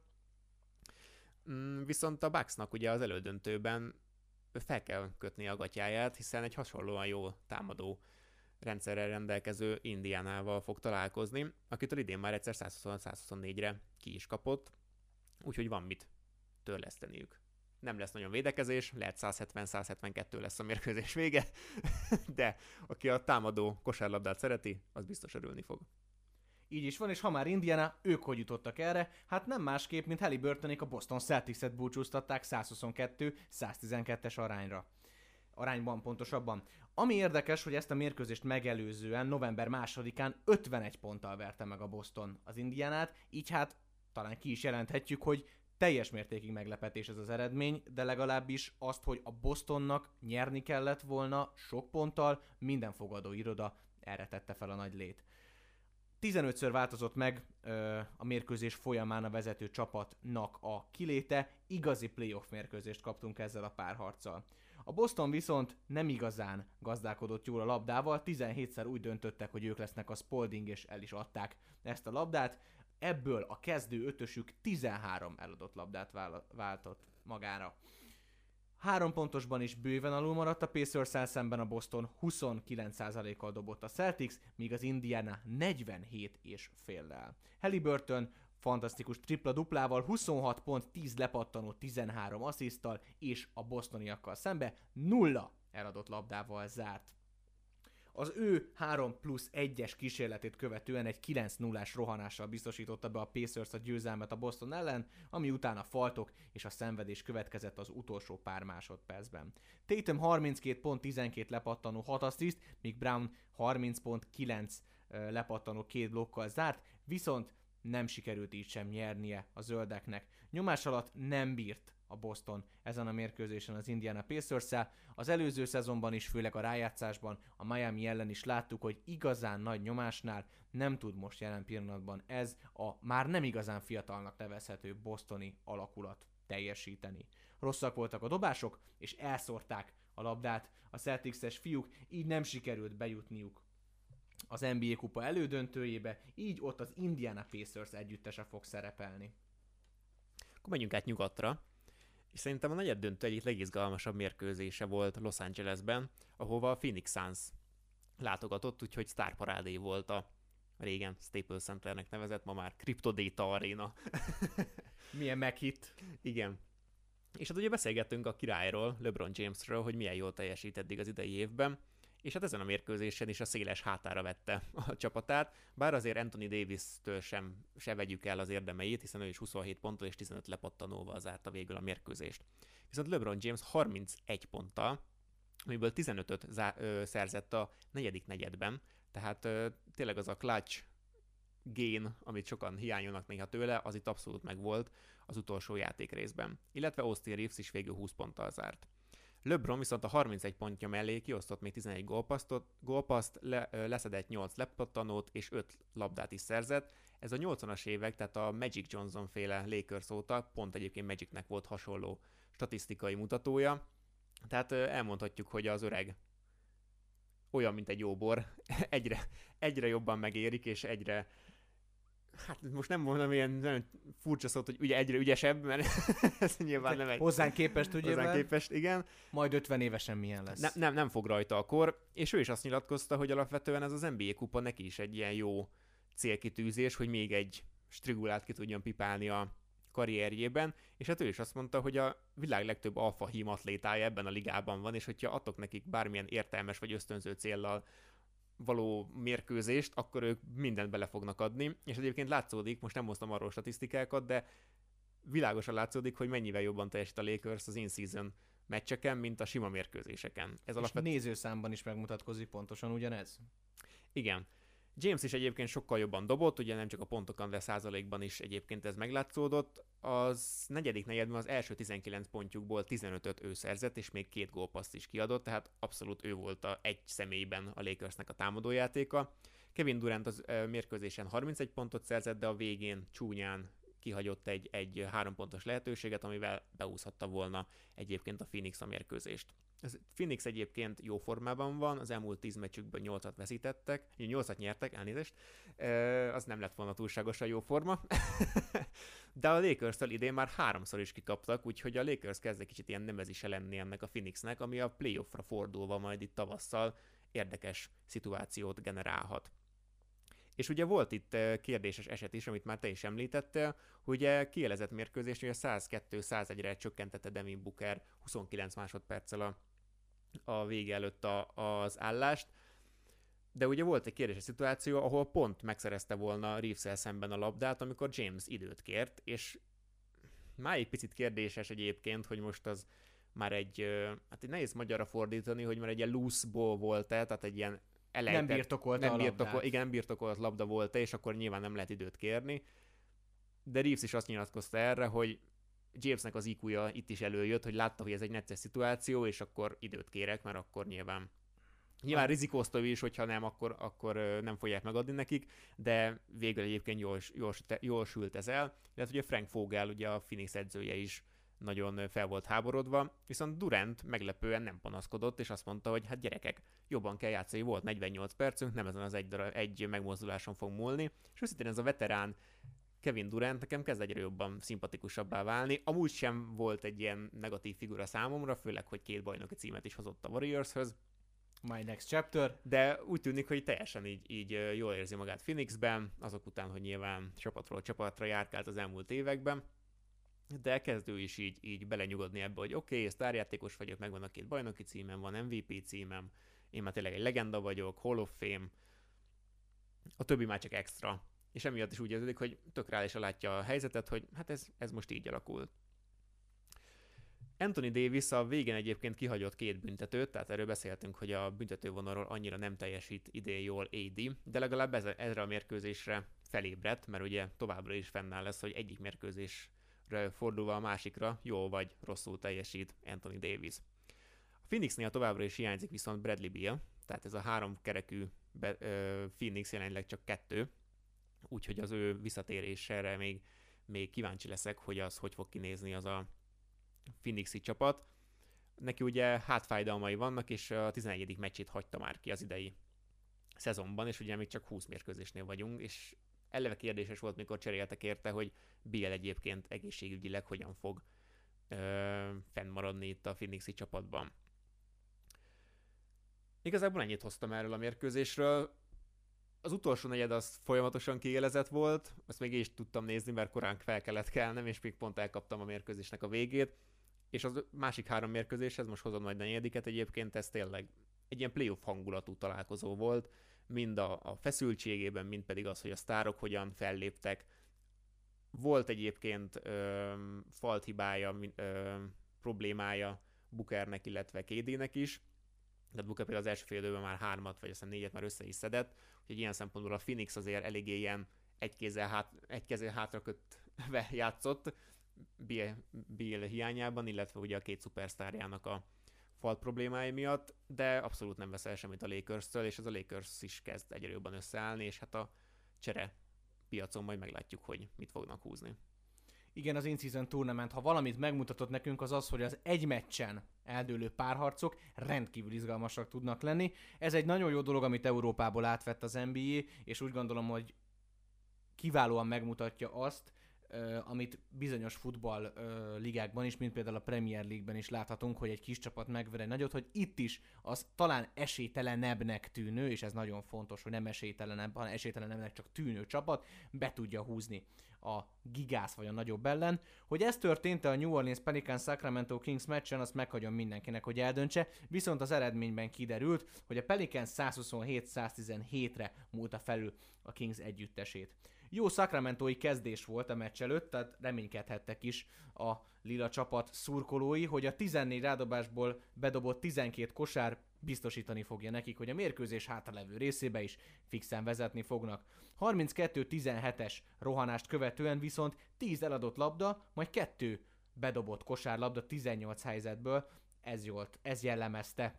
Viszont a Bucksnak ugye az elődöntőben fel kell kötni a gatyáját, hiszen egy hasonlóan jó támadó rendszerrel rendelkező Indiánával fog találkozni, akitől idén már egyszer 120-124-re ki is kapott, úgyhogy van mit törleszteniük. Nem lesz nagyon védekezés, lehet 170-172 lesz a mérkőzés vége, de aki a támadó kosárlabdát szereti, az biztos örülni fog. Így is van, és ha már Indiana, ők hogy jutottak erre? Hát nem másképp, mint Haliburtonék a Boston Celtics-et búcsúztatták 122-112-es arányban pontosabban. Ami érdekes, hogy ezt a mérkőzést megelőzően november 2-án 51 ponttal verte meg a Boston az Indianát, így hát talán ki is jelenthetjük, hogy teljes mértékig meglepetés ez az eredmény, de legalábbis azt, hogy a Bostonnak nyerni kellett volna sok ponttal, minden fogadó iroda erre tette fel a nagy lét. 15-ször változott meg a mérkőzés folyamán a vezető csapatnak a kiléte, igazi playoff mérkőzést kaptunk ezzel a párharccal. A Boston viszont nem igazán gazdálkodott jól a labdával, 17-szer úgy döntöttek, hogy ők lesznek a Spalding, és el is adták ezt a labdát. Ebből a kezdő ötösük 13 eladott labdát váltott magára. 3 pontosban is bőven alul maradt a Pacers-szel szemben, a Boston 29%-kal dobott a Celtics, míg az Indiana 47,5-lel. Haliburton fantasztikus tripla-duplával, 26 pont, 10 lepattanó, 13 assziszttal, és a bostoniakkal szembe 0 eladott labdával zárt. Az ő 3+1-es kísérletét követően egy 9-0-ás rohanással biztosította be a Pacers a győzelmet a Boston ellen, ami után a faltok és a szenvedés következett az utolsó pár másodpercben. Tatum 32 pont, 12 lepattanó, 6 assziszt, míg Brown 30 pont, 9 lepattanó, 2 blokkal zárt, viszont nem sikerült így sem nyernie a zöldeknek. Nyomás alatt nem bírt a Boston ezen a mérkőzésen az Indiana Pacers-szel. Az előző szezonban is, főleg a rájátszásban, a Miami ellen is láttuk, hogy igazán nagy nyomásnál nem tud most jelen pillanatban ez a már nem igazán fiatalnak nevezhető bostoni alakulat teljesíteni. Rosszak voltak a dobások, és elszórták a labdát a Celtics-es fiúk, így nem sikerült bejutniuk az NBA kupa elődöntőjébe, így ott az Indiana Pacers együttese fog szerepelni. Akkor menjünk át nyugatra, és szerintem a negyeddöntő egyik legizgalmasabb mérkőzése volt Los Angelesben, ahova a Phoenix Suns látogatott, úgyhogy sztárparádé volt a régen Staples Centernek nevezett, ma már Crypto-Data Arena. Milyen meghitt. Igen. És hát ugye beszélgettünk a királyról, LeBron Jamesről, hogy milyen jól teljesít eddig az idei évben, és hát ezen a mérkőzésen is a széles hátára vette a csapatát, bár azért Anthony Davis-től se vegyük el az érdemeit, hiszen ő is 27 ponttal és 15 lepattanóval zárta végül a mérkőzést. Viszont LeBron James 31 ponttal, amiből 15-öt szerzett a negyedik negyedben, tehát tényleg az a clutch gén, amit sokan hiányolnak néha tőle, az itt abszolút megvolt az utolsó játék részben. Illetve Austin Reeves is végül 20 ponttal zárt. LeBron viszont a 31 pontja mellé kiosztott még 11 gólpasszt, leszedett 8 lepattanót és 5 labdát is szerzett. Ez a 80-as évek, tehát a Magic Johnson féle Lakers óta, pont egyébként Magicnek volt hasonló statisztikai mutatója. Tehát elmondhatjuk, hogy az öreg olyan, mint egy jó bor, egyre jobban megérik, és egyre, hát most nem mondom ilyen nagyon furcsa szót, hogy ugye egyre ügyesebb, mert ez nyilván nem egy... Hozzánk képest, ugye? Hozzánk képest, igen. Majd 50 évesen milyen lesz. Nem fog rajta a kor, és ő is azt nyilatkozta, hogy alapvetően ez az NBA kupa neki is egy ilyen jó célkitűzés, hogy még egy strigulát ki tudjon pipálni a karrierjében, és hát ő is azt mondta, hogy a világ legtöbb alfa hím atlétája ebben a ligában van, és hogyha adtok nekik bármilyen értelmes vagy ösztönző céllal való mérkőzést, akkor ők mindent bele fognak adni, és egyébként látszódik, most nem hoztam arról statisztikákat, de világosan látszódik, hogy mennyivel jobban teljesít a Lakers az in-season meccseken, mint a sima mérkőzéseken. Ez és nézőszámban is megmutatkozik pontosan ugyanez. Igen. James is egyébként sokkal jobban dobott, ugye nem csak a pontokon, de százalékban is egyébként ez meglátszódott. Az negyedik negyedben az első 19 pontjukból 15-öt ő szerzett, és még 2 gólpasszt is kiadott, tehát abszolút ő volt egy személyben a Lakersnek a támadójátéka. Kevin Durant az mérkőzésen 31 pontot szerzett, de a végén csúnyán kihagyott egy 3 pontos lehetőséget, amivel beúszhatta volna egyébként a Phoenix a mérkőzést. Phoenix egyébként jó formában van, az elmúlt 10 meccsükből 8-at veszítettek, 8-at nyertek, elnézést, az nem lett volna túlságosan jó forma, de a Lakers-től idén már 3-szor is kikaptak, úgyhogy a Lakers kezd egy kicsit ilyen nemezise lenni ennek a Phoenixnek, ami a playoffra fordulva majd itt tavasszal érdekes szituációt generálhat. És ugye volt itt kérdéses eset is, amit már te is említettél, hogy ugye kielezett mérkőzés, hogy a 102-101-re csökkentette Devin Booker 29 másodperccel a vége előtt az állást, de ugye volt egy kérdéses szituáció, ahol pont megszerezte volna Reeves-el szemben a labdát, amikor James időt kért, és már egy picit kérdéses egyébként, hogy most az már hát nehéz magyarra fordítani, hogy már egy ilyen loose ball volt-e, tehát egy ilyen nem birtokolta a labdát. Igen, birtokolt labda volt, és akkor nyilván nem lehet időt kérni. De Reeves is azt nyilatkozta erre, hogy Jamesnek az IQ-ja itt is előjött, hogy látta, hogy ez egy necces szituáció, és akkor időt kérek, mert akkor nyilván rizikózta ő is, hogyha nem, akkor nem fogják megadni nekik, de végül egyébként jól sült ez el. Illetve ugye Frank Vogel, ugye a Phoenix edzője is nagyon fel volt háborodva, viszont Durant meglepően nem panaszkodott, és azt mondta, hogy hát gyerekek, jobban kell játszani, volt 48 percünk, nem ezen az egy megmozduláson fog múlni, és őszintén ez a veterán Kevin Durant nekem kezd egyre jobban szimpatikusabbá válni. Amúgy sem volt egy ilyen negatív figura számomra, főleg, hogy 2 bajnoki címet is hozott a Warriorshöz. My next chapter. De úgy tűnik, hogy teljesen így jól érzi magát Phoenixben, azok után, hogy nyilván csapatról csapatra járkált az elmúlt években. De kezdő is így belenyugodni ebbe, hogy oké, sztárjátékos vagyok, megvan a 2 bajnoki címem, van MVP címem, én már tényleg egy legenda vagyok, Hall of Fame, a többi már csak extra. És emiatt is úgy érződik, hogy tök reálisan látja a helyzetet, hogy hát ez most így alakult. Anthony Davis a végén egyébként kihagyott 2 büntetőt, tehát erről beszéltünk, hogy a büntetővonalról annyira nem teljesít idén jól AD, de legalább ezre a mérkőzésre felébredt, mert ugye továbbra is fennáll lesz, hogy egyik mérkőzésre fordulva a másikra jól vagy rosszul teljesít Anthony Davis. A Phoenixnél továbbra is hiányzik viszont Bradley Beal, tehát ez a 3 kerekű Phoenix jelenleg csak 2, úgyhogy az ő visszatérésére még kíváncsi leszek, hogy az hogy fog kinézni az a Phoenixi csapat. Neki ugye hátfájdalmai vannak, és a 11. meccsét hagyta már ki az idei szezonban, és ugye még csak 20 mérkőzésnél vagyunk, és eleve kérdéses volt, mikor cseréltek érte, hogy Beal egyébként egészségügyileg hogyan fog fennmaradni itt a Phoenixi csapatban. Igazából ennyit hoztam erről a mérkőzésről. Az utolsó negyed az folyamatosan kiélezett volt, azt még én is tudtam nézni, mert korán fel kellett kelnem, és még pont elkaptam a mérkőzésnek a végét, és az másik 3 mérkőzéshez, most hozom majd a negyediket egyébként, ez tényleg egy ilyen playoff hangulatú találkozó volt, mind a feszültségében, mind pedig az, hogy a sztárok hogyan felléptek. Volt egyébként falthibája, problémája Bookernek, illetve KD-nek is, tehát Booker például az első fél időben már 3-at, vagy aztán 4-et már össze is szedett, úgyhogy ilyen szempontból a Phoenix azért eléggé ilyen egy kézzel hátra kötve játszott Bill hiányában, illetve ugye a két szupersztárjának a falt problémái miatt, de abszolút nem veszel semmit a Lakers-től, és ez a Lakers is kezd egyre jobban összeállni, és hát a csere piacon majd meglátjuk, hogy mit fognak húzni. Igen, az In-Season Tournament, ha valamit megmutatott nekünk, az az, hogy az egy meccsen eldőlő párharcok rendkívül izgalmasak tudnak lenni. Ez egy nagyon jó dolog, amit Európából átvett az NBA, és úgy gondolom, hogy kiválóan megmutatja azt, amit bizonyos futball ligákban is, mint például a Premier League-ben is láthatunk, hogy egy kis csapat megver egy nagyot, hogy itt is az talán esélytelenebbnek tűnő, és ez nagyon fontos, hogy nem esélytelenebb, hanem esélytelenebbnek csak tűnő csapat be tudja húzni a gigász vagy a nagyobb ellen. Hogy ez történt a New Orleans Pelicans Sacramento Kings meccsen, azt meghagyom mindenkinek, hogy eldöntse, viszont az eredményben kiderült, hogy a Pelicans 127-117-re múlta felül a Kings együttesét. Jó sacramentói kezdés volt a meccs előtt, tehát reménykedhettek is a lila csapat szurkolói, hogy a 14 rádobásból bedobott 12 kosár biztosítani fogja nekik, hogy a mérkőzés hátralevő részébe is fixen vezetni fognak. 32-17-es rohanást követően viszont 10 eladott labda, majd 2 bedobott kosárlabda 18 helyzetből, ez jellemezte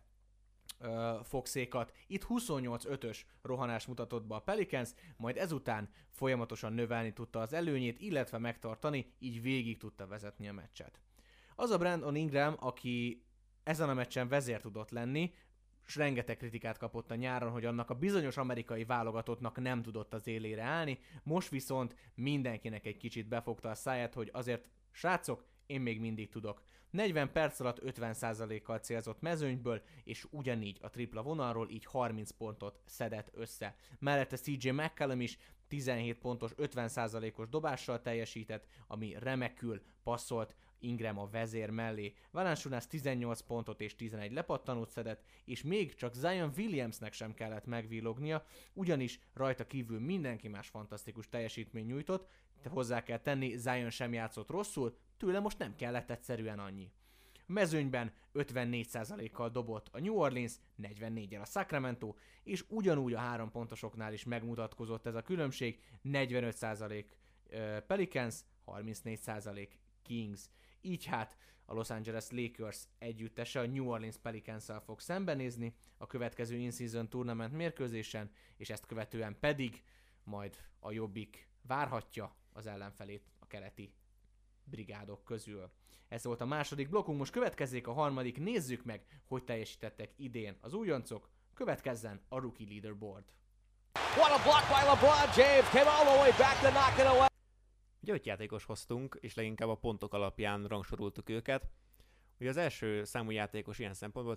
Foxékat. Itt 28-5-ös rohanás mutatott be a Pelicans, majd ezután folyamatosan növelni tudta az előnyét, illetve megtartani, így végig tudta vezetni a meccset. Az a Brandon Ingram, aki ezen a meccsen vezér tudott lenni, és rengeteg kritikát kapott a nyáron, hogy annak a bizonyos amerikai válogatottnak nem tudott az élére állni, most viszont mindenkinek egy kicsit befogta a száját, hogy azért, srácok, én még mindig tudok. 40 perc alatt 50%-kal célzott mezőnyből, és ugyanígy a tripla vonalról, így 30 pontot szedett össze. Mellette CJ McCollum is 17 pontos 50%-os dobással teljesített, ami remekül passzolt Ingram a vezér mellé. Valanciunas 18 pontot és 11 lepattanót szedett, és még csak Zion Williamsnek sem kellett megvillognia, ugyanis rajta kívül mindenki más fantasztikus teljesítmény nyújtott, de hozzá kell tenni, Zion sem játszott rosszul, tőle most nem kellett egyszerűen annyi. A mezőnyben 54%-kal dobott a New Orleans, 44-el a Sacramento, és ugyanúgy a 3 pontosoknál is megmutatkozott ez a különbség, 45% Pelicans, 34% Kings. Így hát a Los Angeles Lakers együttese a New Orleans Pelicans-szel fog szembenézni a következő In-Season Tournament mérkőzésen, és ezt követően pedig majd a Jobbik várhatja az ellenfelét a keleti brigádok közül. Ez volt a második blokkunk, most következzék a harmadik, nézzük meg, hogy teljesítettek idén az újoncok, következzen a Rookie Leaderboard. What a block by LeBron James, came all the way back to knock it away. Ugye 5 játékos hoztunk, és leginkább a pontok alapján rangsoroltuk őket. Ugye az első számú játékos ilyen szempontból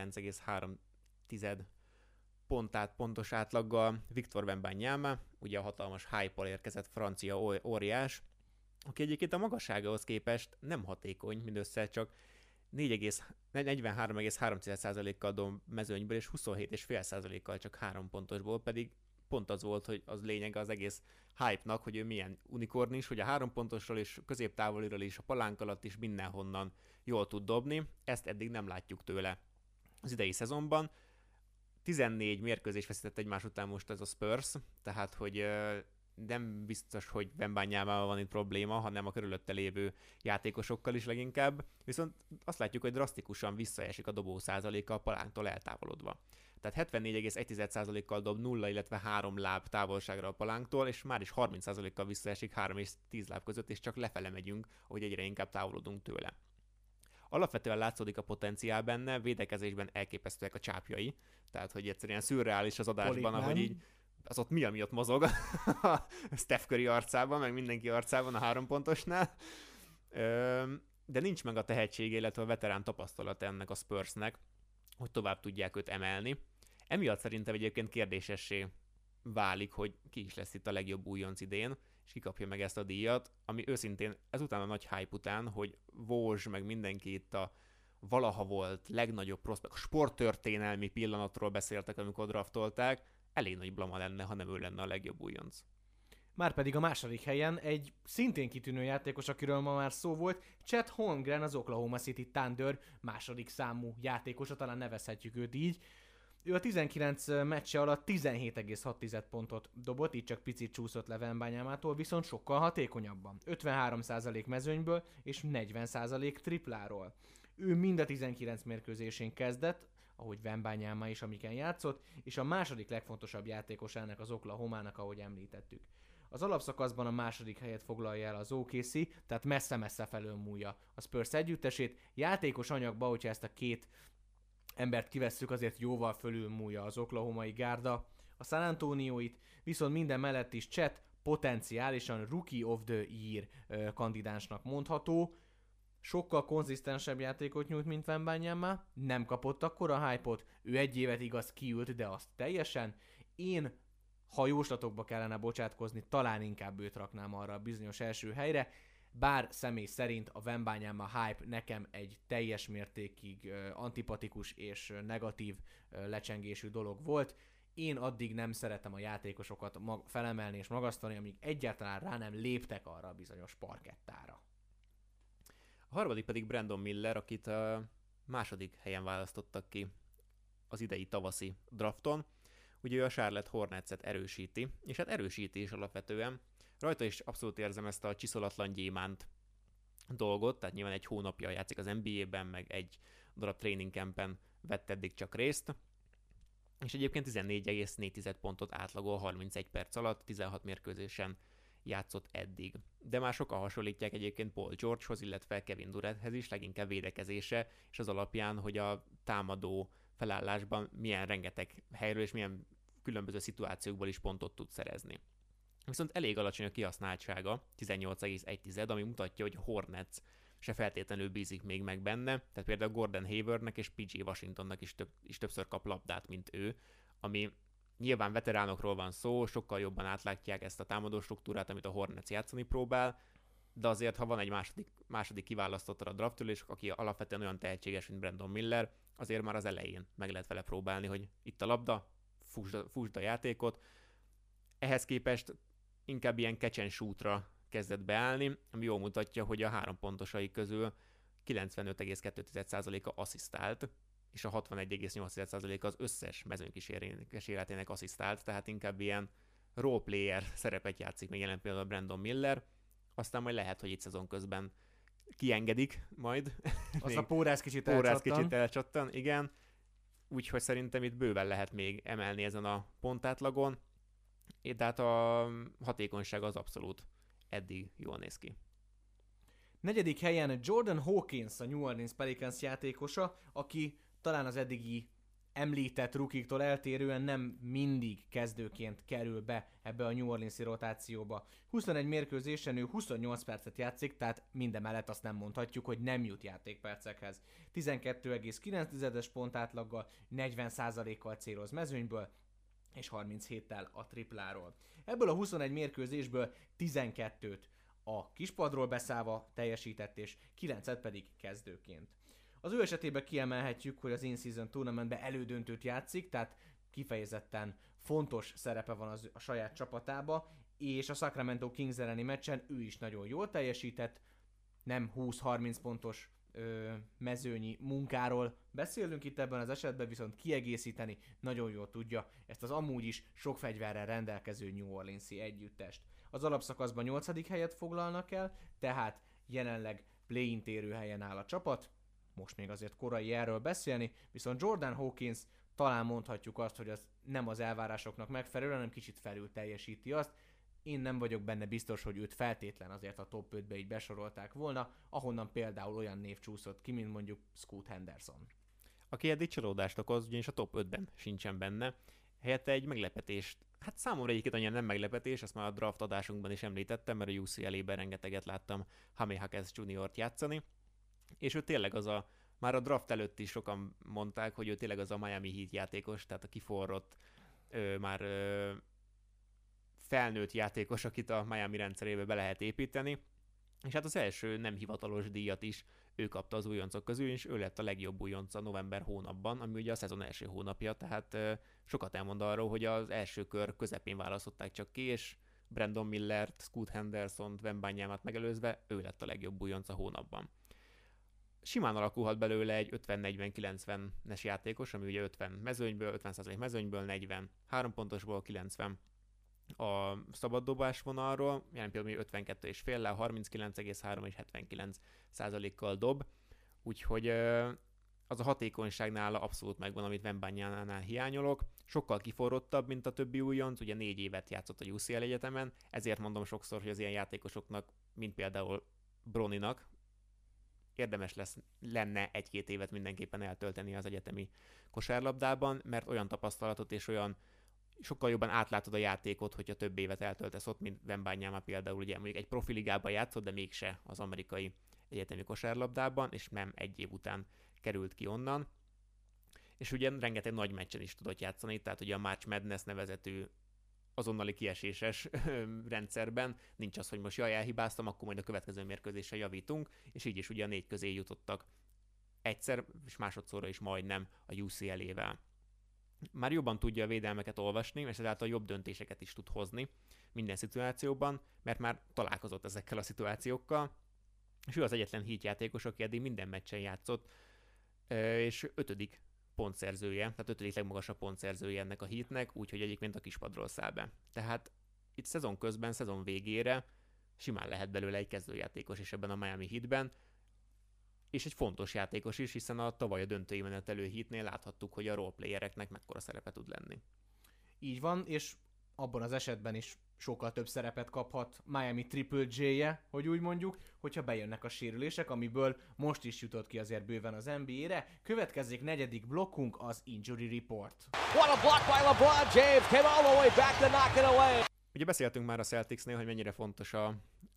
19,3 pontát pontos átlaggal Victor Wembanyama, ugye a hatalmas hype-al érkezett francia óriás, aki egyébként a magasságához képest nem hatékony, mindössze csak 43,3%-kal dob mezőnyből, és 27,5%-kal csak 3 pontosból, pedig pont az volt, hogy az lényege az egész hype-nak, hogy ő milyen unikornis, hogy a 3 pontosról és középtávoliról is, a palánk alatt is mindenhonnan jól tud dobni. Ezt eddig nem látjuk tőle az idei szezonban. 14 mérkőzés veszített egymás után most ez a Spurs, tehát hogy nem biztos, hogy Wembanyamával van itt probléma, hanem a körülötte lévő játékosokkal is leginkább, viszont azt látjuk, hogy drasztikusan visszaesik a dobó százaléka a palánktól eltávolodva. Tehát 74,1%-kal dob 0, illetve 3 láb távolságra a palánktól, és már is 30%-kal visszaesik 3 és 10 láb között, és csak lefele megyünk, hogy egyre inkább távolodunk tőle. Alapvetően látszódik a potenciál benne, védekezésben elképesztőek a csápjai, tehát hogy egyszerűen szürreális az adásban, ahogy így az ott mi amiatt mozog Steph Curry arcában, meg mindenki arcában a 3 pontosnál, de nincs meg a tehetsége, illetve a veterán tapasztalat ennek a Spursnek, hogy tovább tudják őt emelni. Emiatt szerintem egyébként kérdésessé válik, hogy ki is lesz itt a legjobb újonc idén, és ki kapja meg ezt a díjat, ami őszintén ezután a nagy hype után, hogy Woj meg mindenki itt a valaha volt legnagyobb prospekt, a sporttörténelmi pillanatról beszéltek, amikor draftolták, elég nagy blama lenne, ha nem ő lenne a legjobb újonc. Márpedig a második helyen egy szintén kitűnő játékos, akiről ma már szó volt, Chet Holmgren, az Oklahoma City Thunder második számú játékosa, talán nevezhetjük őt így. Ő a 19 meccse alatt 17,6 pontot dobott, így csak picit csúszott le Wembanyamától, viszont sokkal hatékonyabban. 53% mezőnyből és 40% tripláról. Ő mind a 19 mérkőzésén kezdett, ahogy Wembanyama is, amiken játszott, és a második legfontosabb játékosának az Oklahomának, ahogy említettük. Az alapszakaszban a második helyet foglalja el az OKC, tehát messze-messze felülmúlja a Spurs együttesét. Játékos anyagba, hogyha ezt a két embert kivesszük, azért jóval fölülmúlja az oklahomai gárda a San Antonióit, viszont minden mellett is Chet potenciálisan Rookie of the Year kandidánsnak mondható. Sokkal konzisztensebb játékot nyújt, mint Wembanyama, nem kapott akkora hype-ot, ő egy évet igaz kiült, de azt teljesen. Én, ha jóslatokba kellene bocsátkozni, talán inkább őt raknám arra a bizonyos első helyre, bár személy szerint a Wembanyama hype nekem egy teljes mértékig antipatikus és negatív lecsengésű dolog volt. Én addig nem szeretem a játékosokat felemelni és magasztani, amíg egyáltalán rá nem léptek arra a bizonyos parkettára. A harmadik pedig Brandon Miller, akit a második helyen választottak ki az idei tavaszi drafton. Ugye ő a Charlotte Hornets-et erősíti, és hát erősíti is alapvetően. Rajta is abszolút érzem ezt a csiszolatlan gyémánt dolgot, tehát nyilván egy hónapja játszik az NBA-ben, meg egy darab training campen vett eddig csak részt, és egyébként 14,4 pontot átlagol 31 perc alatt, 16 mérkőzésen játszott eddig. De már sokan hasonlítják egyébként Paul Georgehoz, illetve Kevin Duranthez is, leginkább védekezése, és az alapján, hogy a támadó felállásban milyen rengeteg helyről és milyen különböző szituációkból is pontot tud szerezni. Viszont elég alacsony a kihasználtsága, 18,1, ami mutatja, hogy Hornets se feltétlenül bízik még meg benne, tehát például Gordon Haywardnek és PG Washingtonnak is többször kap labdát, mint ő, ami nyilván veteránokról van szó, sokkal jobban átlátják ezt a támadó struktúrát, amit a Hornets játszani próbál, de azért, ha van egy második kiválasztott a draftülés, aki alapvetően olyan tehetséges, mint Brandon Miller, azért már az elején meg lehet vele próbálni, hogy itt a labda, fúsd a játékot. Ehhez képest inkább ilyen catch and shoot-ra kezdett beállni, ami jól mutatja, hogy a 3 pontosai közül 95,2%-a asszisztált, és a 61,8%-a az összes mezőnykísérletének asszisztált, tehát inkább ilyen roleplayer szerepet játszik még jelen például Brandon Miller, aztán majd lehet, hogy itt szezon közben kiengedik majd. Az a pórász kicsit elcsattan, igen. Úgyhogy szerintem itt bőven lehet még emelni ezen a pontátlagon, de hát a hatékonyság az abszolút eddig jól néz ki. Negyedik helyen Jordan Hawkins, a New Orleans Pelicans játékosa, aki talán az eddigi említett rukiktól eltérően nem mindig kezdőként kerül be ebbe a New Orleans-i rotációba. 21 mérkőzésen ő 28 percet játszik, tehát mindemellett azt nem mondhatjuk, hogy nem jut játékpercekhez. 12,9-es pontátlaggal, 40%-kal céloz mezőnyből, és 37-tel a tripláról. Ebből a 21 mérkőzésből 12-t a kispadról beszállva teljesített, és 9-et pedig kezdőként. Az ő esetében kiemelhetjük, hogy az In-Season Tournamentben elődöntőt játszik, tehát kifejezetten fontos szerepe van a saját csapatába, és a Sacramento Kings elleni meccsen ő is nagyon jól teljesített, nem 20-30 pontos mezőnyi munkáról beszélünk itt ebben az esetben, viszont kiegészíteni nagyon jól tudja ezt az amúgy is sok fegyverrel rendelkező New Orleans-i együttest. Az alapszakaszban 8. helyet foglalnak el, tehát jelenleg play-in térőhelyen áll a csapat, most még azért korai erről beszélni, viszont Jordan Hawkins talán mondhatjuk azt, hogy az nem az elvárásoknak megfelelő, hanem kicsit felül teljesíti azt. Én nem vagyok benne biztos, hogy őt feltétlen azért a top 5-be így besorolták volna, ahonnan például olyan név csúszott ki, mint mondjuk Scoot Henderson. Aki eddig csalódást okoz, ugyanis a top 5-ben sincsen benne. Helyette egy meglepetést, hát számomra egyébként annyira nem meglepetés, ezt már a draft adásunkban is említettem, mert a UCLA-ben rengeteget láttam Jaime Jaquez Jr.-t játszani, és ő tényleg már a draft előtt is sokan mondták, hogy ő tényleg az a Miami Heat játékos, tehát a kiforrott, már felnőtt játékos, akit a Miami rendszerébe be lehet építeni, és hát az első nem hivatalos díjat is ő kapta az újoncok közül, és ő lett a legjobb újonca november hónapban, ami ugye a szezon első hónapja, tehát sokat elmond arról, hogy az első kör közepén választották csak ki, és Brandon Millert, Scoot Hendersont, Wembanyamát megelőzve ő lett a legjobb újonca hónapban. simán alakulhat belőle egy 50-40-90-es játékos, ami ugye 50 mezőnyből, 50% mezőnyből, 40 3 pontosból, 90 a szabaddobás vonalról, jelen pillanatban 52,5-lel, 39,3 és 79%-kal dob, úgyhogy az a hatékonyság nála abszolút megvan, amit Wembanyamánál hiányolok. Sokkal kiforrottabb, mint a többi újonc, ugye 4 évet játszott a UCL egyetemen, ezért mondom sokszor, hogy az ilyen játékosoknak, mint például Broninak, érdemes lenne 1-2 évet mindenképpen eltölteni az egyetemi kosárlabdában, mert olyan tapasztalatot és olyan sokkal jobban átlátod a játékot, hogyha több évet eltöltesz ott, mint Wembanyama például, ugye mondjuk egy profiligában játszott, de mégse az amerikai egyetemi kosárlabdában, és nem 1 év után került ki onnan. És ugye rengeteg nagy meccsen is tudott játszani, tehát ugye a March Madness nevezetű azonnali kieséses rendszerben nincs az, hogy most jaj, elhibáztam, akkor majd a következő mérkőzésre javítunk, és így is ugye a 4 közé jutottak egyszer, és másodszorra is majdnem a UCLA-vel. Már jobban tudja a védelmeket olvasni, és ezáltal jobb döntéseket is tud hozni minden szituációban, mert már találkozott ezekkel a szituációkkal, és ő az egyetlen Heat játékos, aki eddig minden meccsen játszott, és 5. pontszerzője, tehát 5. legmagasabb pontszerzője ennek a Heatnek, úgyhogy egyébként a kispadról száll be. Tehát itt szezon közben, szezon végére simán lehet belőle egy kezdőjátékos is ebben a Miami Heatben, és egy fontos játékos is, hiszen a tavaly a döntői menetelő Heatnél láthattuk, hogy a roleplayereknek mekkora szerepe tud lenni. Így van, és abban az esetben is sokkal több szerepet kaphat Miami Triple J-je, hogy úgy mondjuk, hogyha bejönnek a sérülések, amiből most is jutott ki azért bőven az NBA-re. Következik 4. blokkunk, az Injury Report. What a block by LeBron James, came all the way back to knock it away. Ugye beszéltünk már a Celticsnél, hogy mennyire fontos az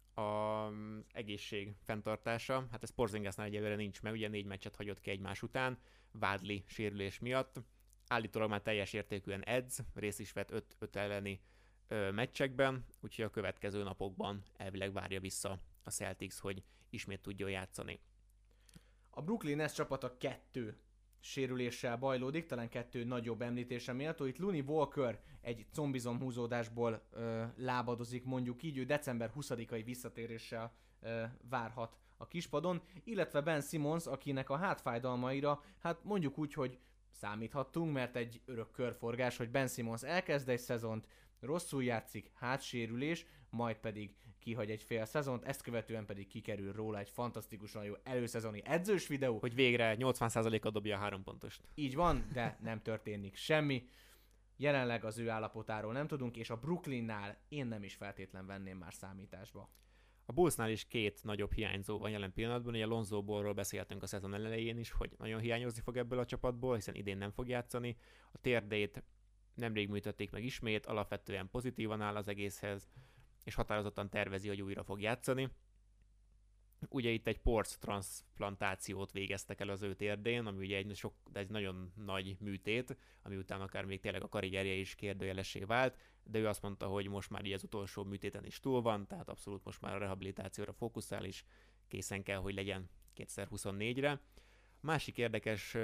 egészség fenntartása. Hát ez Porzingisnál egyelőre nincs meg, ugye 4 meccset hagyott ki egymás után, Wadley sérülés miatt. Állítólag már teljes értékűen edz, részt is vett 5 elleni meccsekben, úgyhogy a következő napokban elvileg várja vissza a Celtics, hogy ismét tudjon játszani. A Brooklyn Nets csapata 2 sérüléssel bajlódik, talán 2 nagyobb említése méltó. Itt Looney Walker egy combizom húzódásból lábadozik, mondjuk így, ő december 20-ai visszatéréssel várhat a kispadon, illetve Ben Simmons, akinek a hátfájdalmaira, hát mondjuk úgy, hogy számíthattunk, mert egy örök körforgás, hogy Ben Simmons elkezd egy szezont, rosszul játszik, hátsérülés, majd pedig kihagy egy fél szezont, ezt követően pedig kikerül róla egy fantasztikusan jó előszezoni edzős videó. Hogy végre 80%-a dobja a 3 pontost. Így van, de nem történik semmi. Jelenleg az ő állapotáról nem tudunk, és a Brooklynnál én nem is feltétlen venném már számításba. A Bullsnál is 2 nagyobb hiányzó van jelen pillanatban, ugye Lonzo Ballról beszéltünk a szezon elején is, hogy nagyon hiányozni fog ebből a csapatból, hiszen idén nem fog játszani. A térdét nemrég műtötték meg ismét, alapvetően pozitívan áll az egészhez, és határozottan tervezi, hogy újra fog játszani. Ugye itt egy porc transzplantációt végeztek el az ő térdén, ami ugye egy nagyon nagy műtét, ami után akár még tényleg a karrierje is kérdőjelessé vált, de ő azt mondta, hogy most már így az utolsó műtéten is túl van, tehát abszolút most már a rehabilitációra fókuszál, és készen kell, hogy legyen 2024-re. Másik érdekes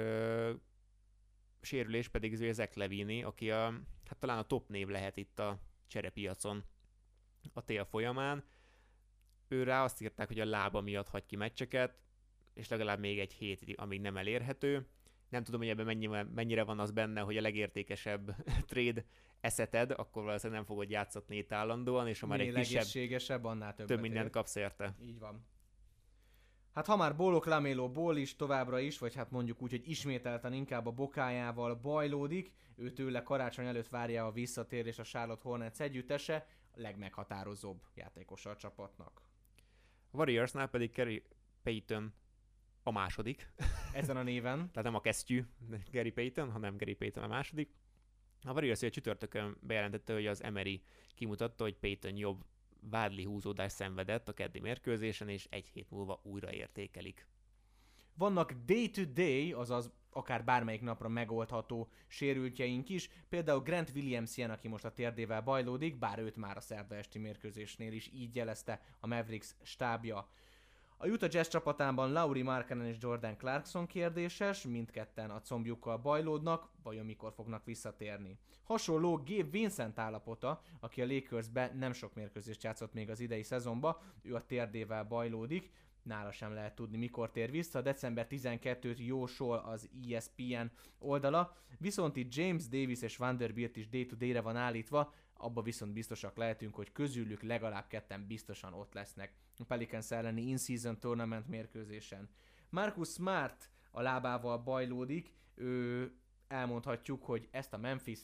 sérülés pedig Zach LaVine, aki hát talán a top név lehet itt a cserepiacon a tél folyamán. Őrá azt írták, hogy a lába miatt hagy ki meccseket, és legalább még egy hét, amíg nem elérhető. Nem tudom, hogy ebben mennyire van az benne, hogy a legértékesebb trade eszeted, akkor valószínűleg nem fogod játszatni itt állandóan, és ha már egy kisebb, annál több mindent kapsz érte. Így van. Hát ha már Bólok Lamelo Ball is továbbra is, vagy hát mondjuk úgy, hogy ismételten inkább a bokájával bajlódik, ő tőle karácsony előtt várja a visszatérés a Charlotte Hornets együttese, a legmeghatározóbb játékosa a csapatnak. A Warriorsnál pedig Gary Payton a második. Ezen a néven. Tehát nem a kesztyű Gary Payton, hanem Gary Payton a második. A Warriors ugye csütörtökön bejelentette, hogy az Emery kimutatta, hogy Payton jobb Wadley húzódás szenvedett a keddi mérkőzésen, és 1 hét múlva újra értékelik. Vannak day-to-day, azaz akár bármelyik napra megoldható sérültjeink is, például Grant Williams-jen, aki most a térdével bajlódik, bár őt már a szerda esti mérkőzésnél is így jelezte a Mavericks stábja. A Utah Jazz csapatában Lauri Markkanen és Jordan Clarkson kérdéses, mindketten a combjukkal bajlódnak, vajon mikor fognak visszatérni. Hasonló Gabe Vincent állapota, aki a Lakersbe nem sok mérkőzést játszott még az idei szezonban, ő a térdével bajlódik, nála sem lehet tudni, mikor tér vissza. December 12-t jósol az ESPN oldala, viszont itt James Davis és Vanderbilt is day-to-day-re van állítva, abba viszont biztosak lehetünk, hogy közülük legalább ketten biztosan ott lesznek a Pelicans elleni in-season tournament mérkőzésen. Marcus Smart a lábával bajlódik, elmondhatjuk, hogy ezt a Memphist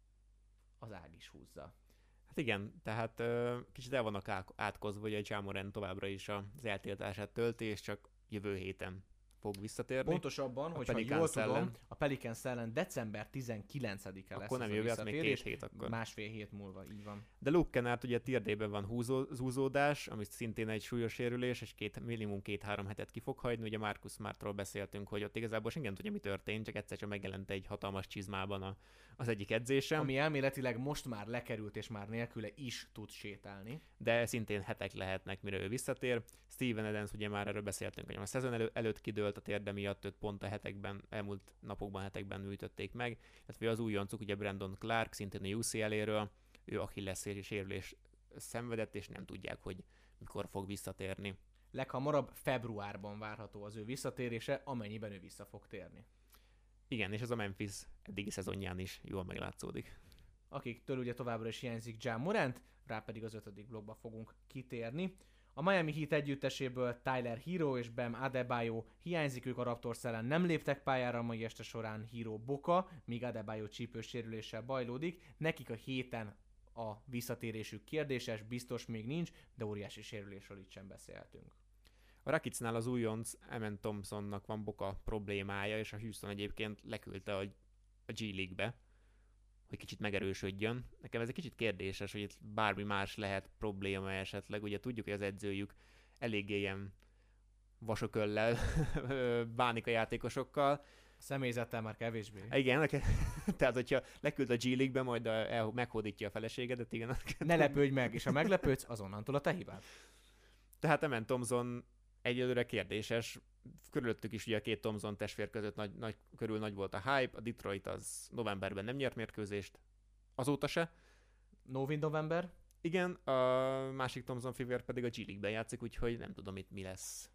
az ág is húzza. Hát igen, tehát kicsit el vannak átkozva, hogy a Ja Morant továbbra is az eltiltását tölti, és csak jövő héten fog visszatérni. Pontosabban, hogyha jól tudom, a Pelicans ellen december 19-e lesz akkor nem az jövő, a az még 2 hét akkor. Másfél hét múlva, így van. De Luke Kennard ugye térdében van zúzódás, ami szintén egy súlyos sérülés, és minimum 2-3 hetet ki fog hagyni. Ugye Marcus Smartról beszéltünk, hogy ott igazából senki nem tudja, mi történt, csak egyszer csak megjelent egy hatalmas csizmában az egyik edzésem. Ami elméletileg most már lekerült, és már nélküle is tud sétálni. De szintén hetek lehetnek, mire ő visszatér. Steven Adams, ugye már erről beszéltünk, hogy a szezon előtt kidőlt a térde miatt, 5 pont a elmúlt napokban, hetekben műtötték meg. Illetve az újoncuk, ugye Brandon Clark, szintén a UCLA-ről, ő Achilles sérülés szenvedett, és nem tudják, hogy mikor fog visszatérni. Leghamarabb februárban várható az ő visszatérése, amennyiben ő vissza fog térni. Igen, és ez a Memphis eddigi szezonján is jól meglátszódik. Akiktől ugye továbbra is hiányzik Ja Morant, rá pedig az 5. blokkba fogunk kitérni. A Miami Heat együtteséből Tyler Hero és Bam Adebayo hiányzik, ők a Raptors ellen nem léptek pályára a mai este során, Hero boka, míg Adebayo csípős sérüléssel bajlódik. Nekik a héten a visszatérésük kérdéses, biztos még nincs, de óriási sérülésről itt sem beszéltünk. A Rocketsnál az újonc Amen Thompsonnak van boka problémája, és a Houston egyébként leküldte a G League-be, hogy kicsit megerősödjön. Nekem ez egy kicsit kérdéses, hogy itt bármi más lehet probléma esetleg. Ugye tudjuk, hogy az edzőjük eléggé ilyen vasoköllel bánik a játékosokkal. A személyzettel már kevésbé. Igen, tehát hogyha leküld a G League-be, majd meghódítja a feleségedet, igen. Ne lepődj meg, és ha meglepődsz, azonnantól a te hibád. Tehát Amen Thompson egyelőre kérdéses. Körülöttük is ugye a 2 Thompson testvér között nagy volt a hype, a Detroit az novemberben nem nyert mérkőzést, azóta se. No win November. Igen, a másik Thompson fivér pedig a G League-ben játszik, úgyhogy nem tudom itt mi lesz.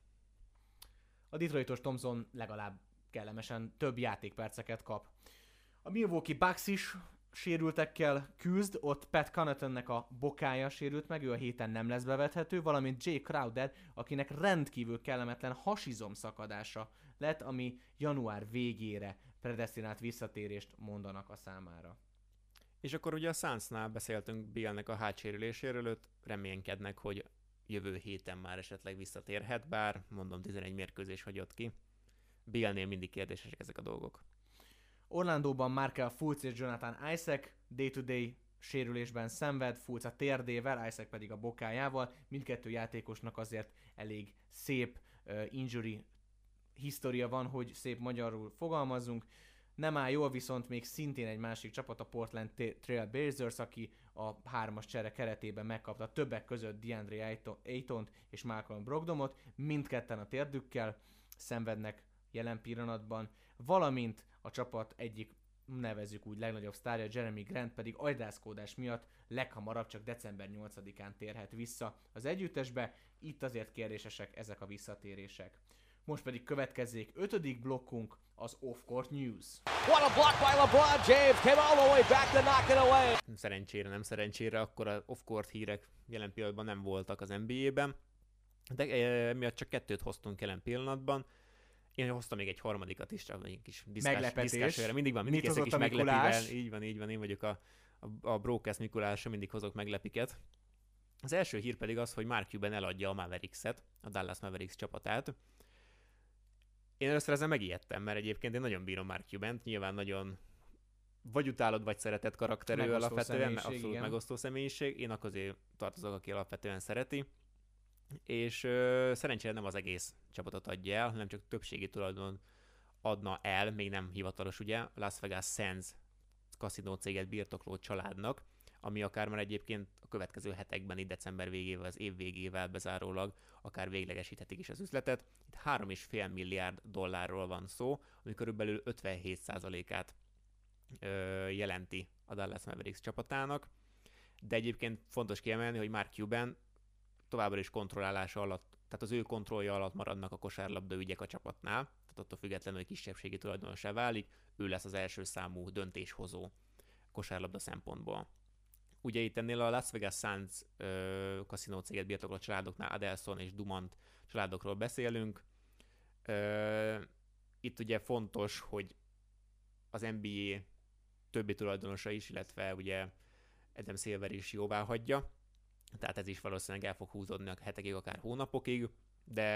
A Detroitos Thompson legalább kellemesen több játékperceket kap. A Milwaukee Bucks is sérültekkel küzd, ott Pat Connaughtonnek a bokája sérült meg, ő a héten nem lesz bevethető, valamint Jay Crowder, akinek rendkívül kellemetlen hasizom szakadása lett, ami január végére predesztinált visszatérést mondanak a számára. És akkor ugye a Sunsnál beszéltünk Billnek a hátsérüléséről, őt reménykednek, hogy jövő héten már esetleg visszatérhet, bár mondom 11 mérkőzés hagyott ki. Billnél mindig kérdésesek ezek a dolgok. Orlandóban Markelle Fultz és Jonathan Isaac day-to-day sérülésben szenved, Fultz a térdével, Isaac pedig a bokájával. Mindkettő játékosnak azért elég szép injury história van, hogy szép magyarul fogalmazzunk. Nem áll jól, viszont még szintén egy másik csapat, a Portland Trail Blazers, aki a 3-as csere keretében megkapta többek között DeAndre Aytont és Malcolm Brogdomot. Mindketten a térdükkel szenvednek jelen pillanatban, valamint a csapat egyik, nevezzük úgy, legnagyobb sztárja, Jeremy Grant pedig agyrászkódás miatt leghamarabb csak december 8-án térhet vissza az együttesbe, itt azért kérdésesek ezek a visszatérések. Most pedig következzék 5. blokkunk, az Off-Court News. What a block by LeBron James, came all the way back to knock it away. Nem szerencsére, akkor az off-court hírek jelen pillanatban nem voltak az NBA-ben, de miatt csak 2 hoztunk jelen pillanatban. Én hoztam még egy harmadikat is, csak egy kis meglepetés. Mindig van, mindig készek is meglepivel. Így van, én vagyok a Broadcast Mikulás, mindig hozok meglepiket. Az első hír pedig az, hogy Mark Cuban eladja a Mavericks-et, a Dallas Mavericks csapatát. Én először ezzel megijedtem, mert egyébként én nagyon bírom Mark Cubant, nyilván nagyon vagy utálod, vagy szeretett karakterű alapvetően, abszolút igen. Megosztó személyiség. Én azért tartozok, aki alapvetően szereti. És szerencsére nem az egész csapatot adja el, hanem csak többségi tulajdon adna el, még nem hivatalos ugye, Las Vegas Sands kaszinó céget birtokló családnak, ami akár már egyébként a következő hetekben, itt december végével, az év végével bezárólag akár véglegesíthetik is az üzletet. Itt $3,5 milliárd van szó, ami körülbelül 57%-át jelenti a Dallas Mavericks csapatának. De egyébként fontos kiemelni, hogy Mark Cuban továbbra is kontrollálása alatt tehát az ő kontrollja alatt maradnak a kosárlabda ügyek a csapatnál, tehát attól függetlenül, hogy kisebbségi tulajdonossá válik, ő lesz az első számú döntéshozó kosárlabda szempontból. Ugye itt ennél a Las Vegas Sands kaszinó céget birtokló családoknál Adelson és Dumont családokról beszélünk. Itt ugye fontos, hogy az NBA többi tulajdonosa is, illetve ugye Adam Silver is jóvá hagyja, tehát ez is valószínűleg el fog húzódni a hetekig, akár hónapokig, de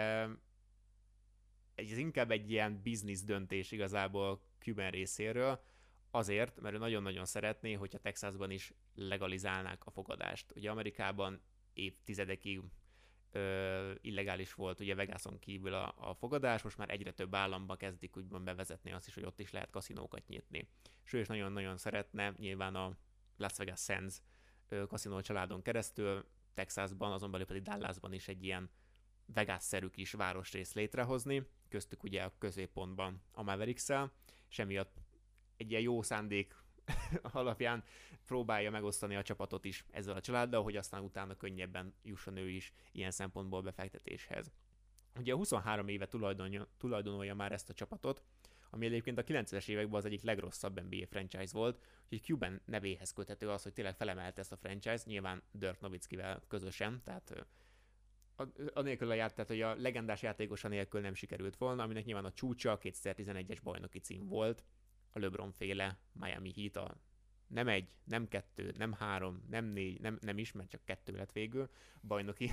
ez inkább egy ilyen biznisz döntés igazából Cuban részéről, azért, mert ő nagyon-nagyon szeretné, hogyha Texasban is legalizálnák a fogadást. Ugye Amerikában évtizedekig illegális volt ugye Vegason kívül a fogadás, most már egyre több államban kezdik úgymond bevezetni azt is, hogy ott is lehet kaszinókat nyitni. És ő is nagyon-nagyon szeretne, nyilván a Las Vegas Sands kaszinó családon keresztül, Texasban, azon belül pedig Dallasban is egy ilyen Vegas-szerű kis városrészt létrehozni, köztük ugye a középpontban a Mavericks-szel, és emiatt egy ilyen jó szándék alapján próbálja megosztani a csapatot is ezzel a családdal, hogy aztán utána könnyebben jusson ő is ilyen szempontból befektetéshez. Ugye a 23 éve tulajdonolja már ezt a csapatot, ami egyébként a 90-es években az egyik legrosszabb NBA franchise volt, úgyhogy Cuban nevéhez köthető az, hogy tényleg felemelte ezt a franchise, nyilván Dirk Nowitzkivel közösen, tehát anélkül tehát hogy a legendás játékosa nélkül nem sikerült volna, aminek nyilván a csúcsa 2011-es bajnoki cím volt, a LeBron féle Miami Heat, a nem 1, nem 2, nem 3, nem 4, nem is, mert csak 2 lett végül bajnoki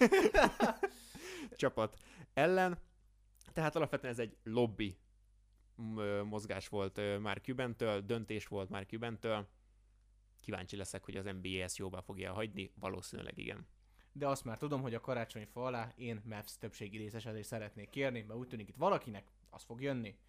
csapat ellen. Tehát alapvetően ez egy lobby mozgás volt már Cubantől, döntés volt már Cubantől. Kíváncsi leszek, hogy az NBA ezt jóvá fogja hagyni, valószínűleg igen. De azt már tudom, hogy a karácsonyfa alá én Mavs többségi részesedést szeretnék kérni, mert úgy tűnik itt valakinek az fog jönni.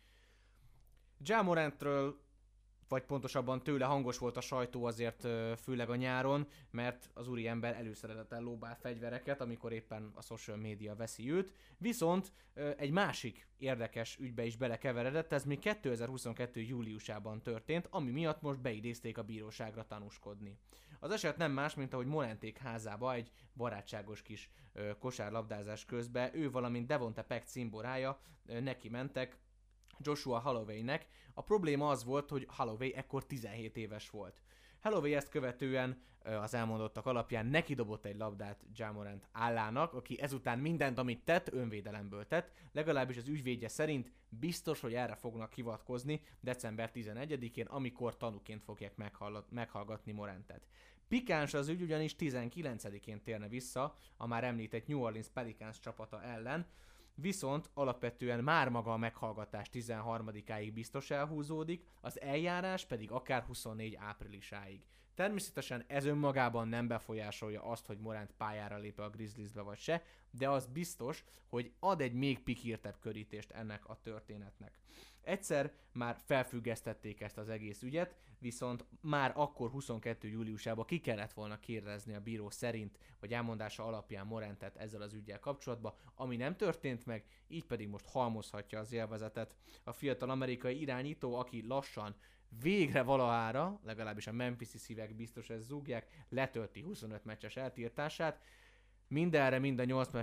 Ja Morantről, vagy pontosabban tőle hangos volt a sajtó azért főleg a nyáron, mert az úriember előszeretettel lóbál fegyvereket, amikor éppen a social media veszi őt, viszont egy másik érdekes ügybe is belekeveredett, ez még 2022. júliusában történt, ami miatt most beidézték a bíróságra tanúskodni. Az eset nem más, mint ahogy Moranték házába egy barátságos kis kosárlabdázás közben ő, valamint Devonte Peck cimborája neki mentek Joshua Hollowaynek. A probléma az volt, hogy Holloway ekkor 17 éves volt. Holloway ezt követően az elmondottak alapján neki dobott egy labdát Ja Morant állának, aki ezután mindent, amit tett, önvédelemből tett, legalábbis az ügyvédje szerint biztos, hogy erre fognak hivatkozni december 11-én, amikor tanúként fogják meghallgatni Morantet. Pikáns az ügy, ugyanis 19-én térne vissza a már említett New Orleans Pelicans csapata ellen, viszont alapvetően már maga a meghallgatás 13-áig biztos elhúzódik, az eljárás pedig akár 24 áprilisáig. Természetesen ez önmagában nem befolyásolja azt, hogy Morant pályára lép a Grizzliesbe vagy se, de az biztos, hogy ad egy még pikírtebb körítést ennek a történetnek. Egyszer már felfüggesztették ezt az egész ügyet, viszont már akkor 22. júliusában ki kellett volna kérdezni a bíró szerint, vagy elmondása alapján Morantet ezzel az üggyel kapcsolatban, ami nem történt meg, így pedig most halmozhatja az élvezetet. A fiatal amerikai irányító, aki lassan végre valahára, legalábbis a Memphis-i szívek biztos ezt zúgják, letölti 25 meccses eltiltását. Mindenre, mind a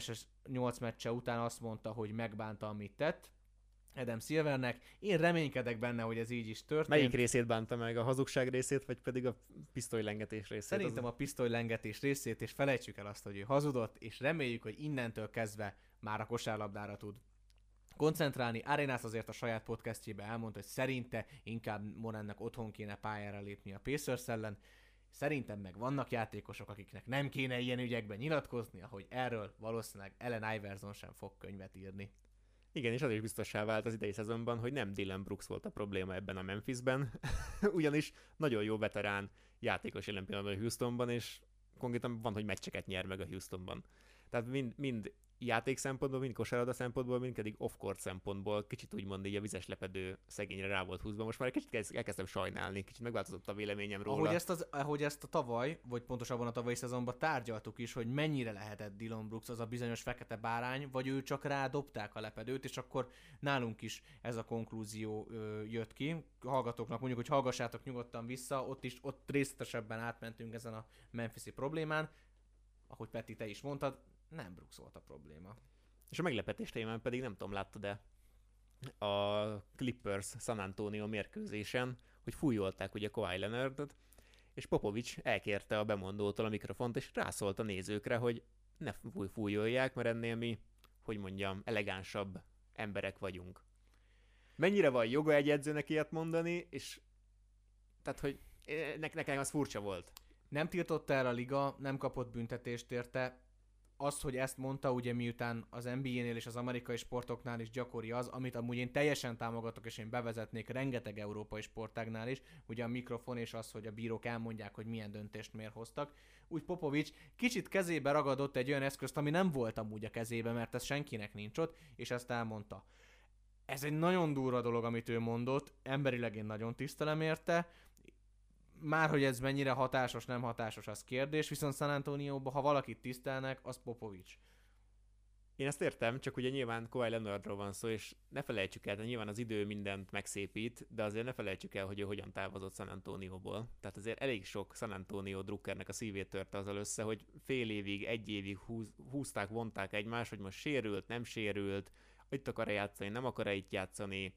8 meccse után azt mondta, hogy megbánta, amit tett Adam Silvernek. Én reménykedek benne, hogy ez így is történt. Melyik részét bánta meg? A hazugság részét, vagy pedig a pisztolylengetés részét? Szerintem a pisztolylengetés részét, és felejtsük el azt, hogy ő hazudott, és reméljük, hogy innentől kezdve már a kosárlabdára tud koncentrálni. Arenas azért a saját podcastjébe elmondta, hogy szerinte inkább Morantnak otthon kéne pályára lépni a Pacers ellen. Szerintem meg vannak játékosok, akiknek nem kéne ilyen ügyekben nyilatkozni, ahogy erről valószínűleg Allen Iverson sem fog könyvet írni. Igen, és az is biztossá vált az idei szezonban, hogy nem Dillon Brooks volt a probléma ebben a Memphisben, ugyanis nagyon jó veterán játékos jelen pillanatban a Houstonban, és konkrétan van, hogy meccseket nyer meg a Houstonban. Tehát mind játék szempontból, mind kosárlabda szempontból, mind pedig off-court szempontból kicsit úgymond így a vizes lepedő szegényre rá volt húzva. Most már egy kicsit elkezdtem sajnálni, kicsit megváltozott a véleményem róla. Ahogy ezt a tavaly, vagy pontosabban a tavalyi szezonban tárgyaltuk is, hogy mennyire lehetett Dillon Brooks az a bizonyos fekete bárány, vagy ő csak rádobták a lepedőt, és akkor nálunk is ez a konklúzió jött ki. Hallgatóknak mondjuk, hogy hallgassátok nyugodtan vissza, ott részletesebben átmentünk ezen a Memphis-i problémán. Ahogy Peti, te is mondtad, Nem Brooks volt a probléma. És a meglepetés témán pedig nem tudom, láttad-e a Clippers San Antonio mérkőzésen, hogy fújolták ugye Kawhi Leonardot, és Popovics elkérte a bemondótól a mikrofont, és rászólt a nézőkre, hogy ne fújolják, mert ennél mi, hogy mondjam, elegánsabb emberek vagyunk. Mennyire van joga egy edzőnek ilyet mondani, és tehát, hogy nekem az furcsa volt. Nem tiltotta el a liga, nem kapott büntetést érte. Az, hogy ezt mondta, ugye miután az NBA-nél és az amerikai sportoknál is gyakori az, amit amúgy én teljesen támogatok, és én bevezetnék rengeteg európai sportágnál is, ugye a mikrofon és az, hogy a bírók elmondják, hogy milyen döntést miért hoztak. Úgy Popovics kicsit kezébe ragadott egy olyan eszközt, ami nem volt amúgy a kezébe, mert ez senkinek nincs ott, és ezt elmondta. Ez egy nagyon durva dolog, amit ő mondott, emberileg én nagyon tisztelem érte, már hogy ez mennyire hatásos, nem hatásos, az kérdés, viszont San Antonióban, ha valakit tisztelnek, az Popovics. Én ezt értem, csak ugye nyilván Kawhi Leonardról van szó, és ne felejtsük el, de nyilván az idő mindent megszépít, de azért ne felejtsük el, hogy ő hogyan távozott San Antonioból. Tehát azért elég sok San Antonio drukkernek a szívét törte azzal össze, hogy fél évig, egy évig húzták, vonták egymást, hogy most sérült, nem sérült, itt akar-e játszani, nem akar-e itt játszani.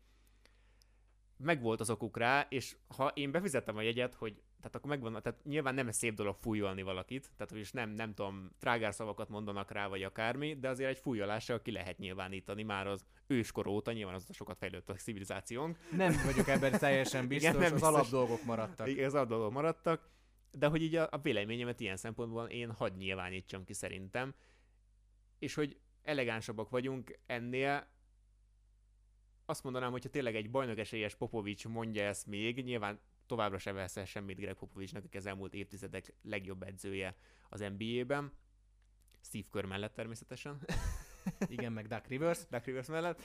Megvolt az okuk rá, és ha én befizettem a jegyet, hogy tehát akkor megvan, tehát nyilván nem szép dolog fújolni valakit, tehát hogy nem tudom, trágárszavakat mondanak rá, vagy akármi, de azért egy fújolással ki lehet nyilvánítani már az őskor óta, nyilván azóta sokat fejlődött a civilizációnk. Nem vagyok ebben teljesen biztos, Igen, nem az biztos. alapdolgok maradtak. Igen, az alapdolgok maradtak, de hogy így a véleményemet ilyen szempontból én hadd nyilvánítsam ki szerintem, és hogy elegánsabbak vagyunk ennél. Azt mondanám, hogyha tényleg egy bajnokesélyes Popovics mondja ezt még, nyilván továbbra sem vesz el semmit Greg Popovicsnak, aki az elmúlt évtizedek legjobb edzője az NBA-ben. Steve Kerr mellett természetesen. Igen, meg Doug Rivers. Doug Rivers mellett.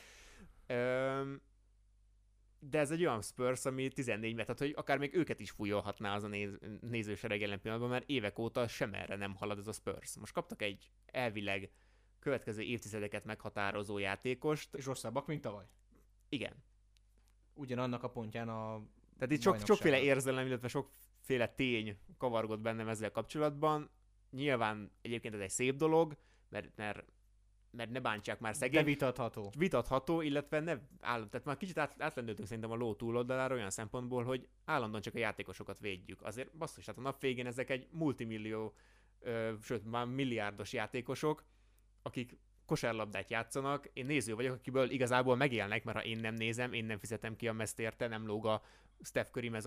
De ez egy olyan Spurs, ami 14 tehát hogy akár még őket is fújolhatná az a nézősereg jelen pillanatban, mert évek óta sem erre nem halad ez a Spurs. Most kaptak egy elvileg következő évtizedeket meghatározó játékost. És rosszabbak, mint tavaly. Igen. Ugyanannak a pontján a Tehát itt sokféle érzelem, illetve sokféle tény kavargott bennem ezzel kapcsolatban. Nyilván egyébként ez egy szép dolog, mert ne bántsák már szegény. De vitatható. Vitatható, illetve tehát már kicsit átlendültünk szerintem a ló túloldalára olyan szempontból, hogy állandóan csak a játékosokat védjük. Azért basszus, hát a nap végén ezek egy multimillió, sőt már milliárdos játékosok, akik kosárlabdát játszanak, én néző vagyok, akiből igazából megélnek, mert ha én nem nézem, én nem fizetem ki a meszt érte, nem lóg a Steph Curry mez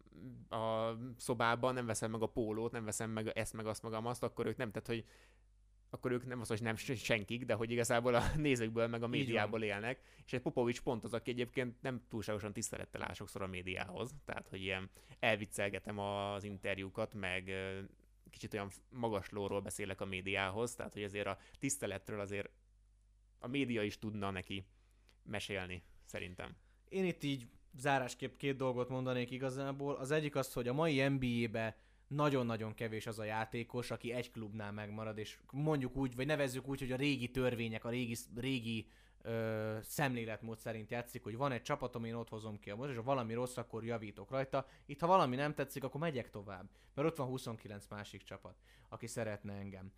a szobában, nem veszem meg a pólót, nem veszem meg ezt, meg azt, meg azt, akkor ők nem, tehát hogy akkor ők nem az, hogy nem senkik, de hogy igazából a nézőkből, meg a médiából élnek, és egy Popovics pont az, aki egyébként nem túlságosan tisztelettel áll sokszor a médiához, tehát hogy ilyen elviccelgetem az interjúkat, meg kicsit olyan magaslóról beszélek a médiához, tehát hogy azért a tiszteletről azért a média is tudna neki mesélni, szerintem. Én itt így zárásképp két dolgot mondanék igazából. Az egyik az, hogy a mai NBA-be nagyon-nagyon kevés az a játékos, aki egy klubnál megmarad, és mondjuk úgy, vagy nevezzük úgy, hogy a régi törvények, a régi szemléletmód szerint játszik, hogy van egy csapatom, én ott hozom ki a most, és ha valami rossz, akkor javítok rajta. Itt, ha valami nem tetszik, akkor megyek tovább, mert ott van 29 másik csapat, aki szeretne engem.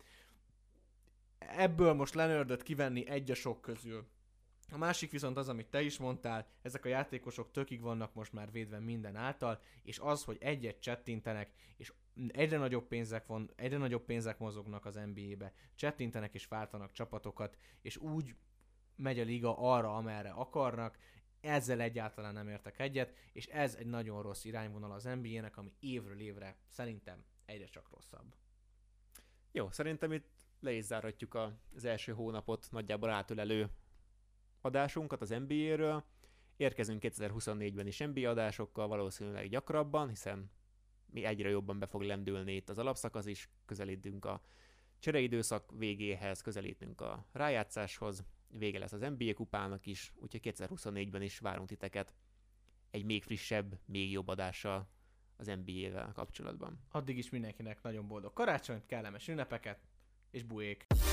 Ebből most Leonardot kivenni egy a sok közül. A másik viszont az, amit te is mondtál, ezek a játékosok tökig vannak most már védve minden által, és az, hogy egyet csettintenek, és egyre nagyobb pénzek mozognak az NBA-be, csettintenek és váltanak csapatokat, és úgy megy a liga arra, amerre akarnak, ezzel egyáltalán nem értek egyet, és ez egy nagyon rossz irányvonal az NBA-nek, ami évről évre szerintem egyre csak rosszabb. Jó, szerintem itt le is zárhatjuk az első hónapot nagyjából átölelő adásunkat az NBA-ről. Érkezünk 2024-ben is NBA adásokkal, valószínűleg gyakrabban, hiszen mi egyre jobban be fog lendülni itt az alapszakasz is, közelítünk a csereidőszak végéhez, közelítünk a rájátszáshoz, vége lesz az NBA kupának is, úgyhogy 2024-ben is várunk titeket egy még frissebb, még jobb adással az NBA-vel kapcsolatban. Addig is mindenkinek nagyon boldog karácsonyt, kellemes ünnepeket, és bujék!